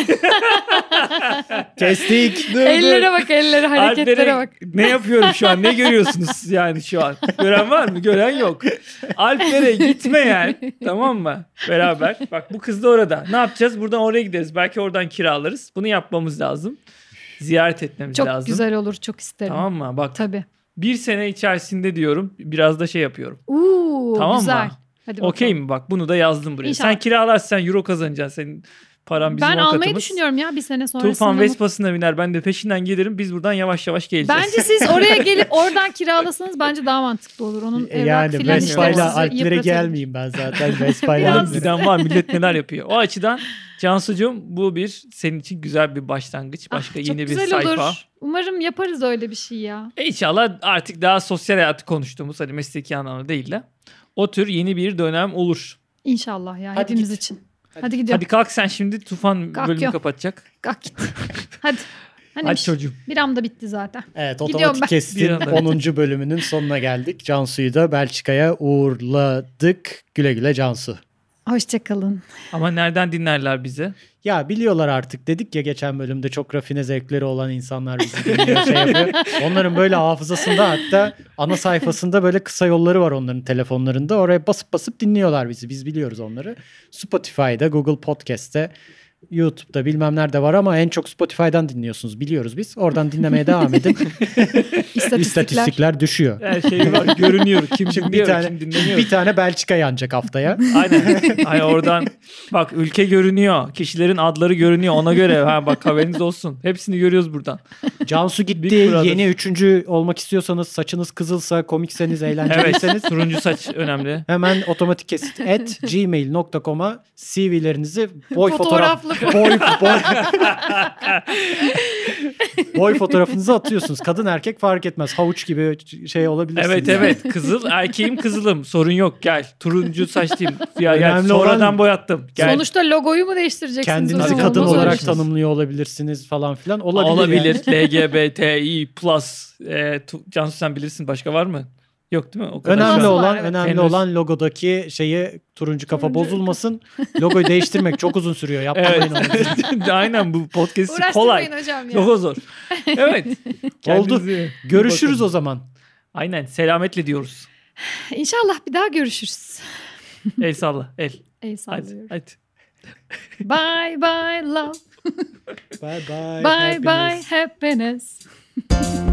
Kestik. Ellere bak, ellere, hareketlere bak. Ne yapıyorum şu an? Ne görüyorsunuz yani şu an? Gören var mı? Gören yok. Alplere gitmeyen, tamam mı? Beraber. Bak bu kız da orada. Ne yapacağız? Buradan oraya gideriz. Belki oradan kiralarız. Bunu yapmamız lazım. Ziyaret etmemiz Çok lazım. güzel olur, çok isterim. Tamam mı? Bak Tabii. 1 sene içerisinde diyorum biraz da şey yapıyorum. Tamam Güzel. mı? Hadi bakalım. Okey mi? Bak bunu da yazdım buraya. İnşallah. Sen kiralarsın, sen euro kazanacaksın. Senin paran bizim Ben avukatımız. almayı düşünüyorum ya bir sene sonrasında. Tufan Vespa'sına biner. Ben de peşinden gelirim. Biz buradan yavaş yavaş geleceğiz. Bence siz oraya gelip oradan kiralasanız bence daha mantıklı olur. Onun evrak Yani filan işleri Vespa'yla sizi Alplere yıpratır. gelmeyeyim ben zaten. Vespa'yla Biraz- Giden var, millet neler yapıyor. O açıdan Cansucuğum bu senin için güzel bir başlangıç. Başka Çok yeni bir güzel sayfa. olur. Umarım yaparız öyle bir şey ya. İnşallah artık daha sosyal hayatı konuştuğumuz, hani mesleki anlamda değil de o tür yeni bir dönem olur. İnşallah ya, Hadi hepimiz git. için. Hadi gidiyorum. Hadi kalk sen şimdi, Tufan Kalk bölümü yok. kapatacak. Kalk git. Hadi. Hani Hadi çocuğum. bir anda bitti zaten. Evet, Gidiyorum Otomatik ben. Kesit'in Bir anda 10. bölümünün sonuna geldik. Cansu'yu da Belçika'ya uğurladık. Güle güle Cansu. Hoşçakalın. Ama nereden dinlerler bizi? Ya biliyorlar artık, dedik ya geçen bölümde, çok rafine zevkleri olan insanlar bizi dinliyor, şey yapıyor. Onların böyle hafızasında, hatta ana sayfasında böyle kısa yolları var onların telefonlarında. Oraya basıp basıp dinliyorlar bizi. Biz biliyoruz onları. Spotify'da, Google Podcast'te, YouTube'da bilmem nerede var ama en çok Spotify'dan dinliyorsunuz, biliyoruz biz. Oradan dinlemeye devam edin. İstatistikler düşüyor. Her şey var, görünüyor. Kim Şimdi dinliyor, kim dinlemiyor. bir tane Belçika yanacak haftaya. Aynen. Ay oradan bak ülke görünüyor. Kişilerin adları görünüyor. Ona göre ha bak haberiniz olsun. Hepsini görüyoruz buradan. Cansu Big gitti. Brother. Yeni 3. olmak istiyorsanız, saçınız kızılsa, komikseniz, eğlenceliyseniz Evet. Turuncu saç önemli. hemen otomatikkesit@gmail.com'a CV'lerinizi boy Fotoğraflı. boy fotoğrafınızı atıyorsunuz. Kadın erkek fark etmez. Havuç gibi şey olabilirsiniz. Evet evet. Kızıl erkeğim kızılım. Sorun yok. Gel. Turuncu saçlıyım. Ya gel. Önemli Sonradan olan- boyattım. Gel. Sonuçta logoyu mu değiştireceksiniz? Kendinizi hocam? kadın Olmaz öyle olarak şey. tanımlıyor olabilirsiniz falan filan. Olabilir. Olabilir. Yani. LGBTİ+. Cansu sen bilirsin. Başka var mı? Yok değil mi? O kadar Önemli şu an. olan Evet. önemli Henüz. olan logodaki şeyi, turuncu kafa bozulmasın. Logoyu değiştirmek çok uzun sürüyor. Yapmayın onu. Evet. Aynen bu podcast Uğraştırmayın kolay. hocam ya. Çok zor. Evet. Oldu. Kendinize iyi Görüşürüz bakın. o zaman. Aynen. Selametle diyoruz. İnşallah bir daha görüşürüz. El salla. El. Ey Hadi. sallıyorum. Hadi. Bye bye love. Bye bye. Bye bye happiness. happiness.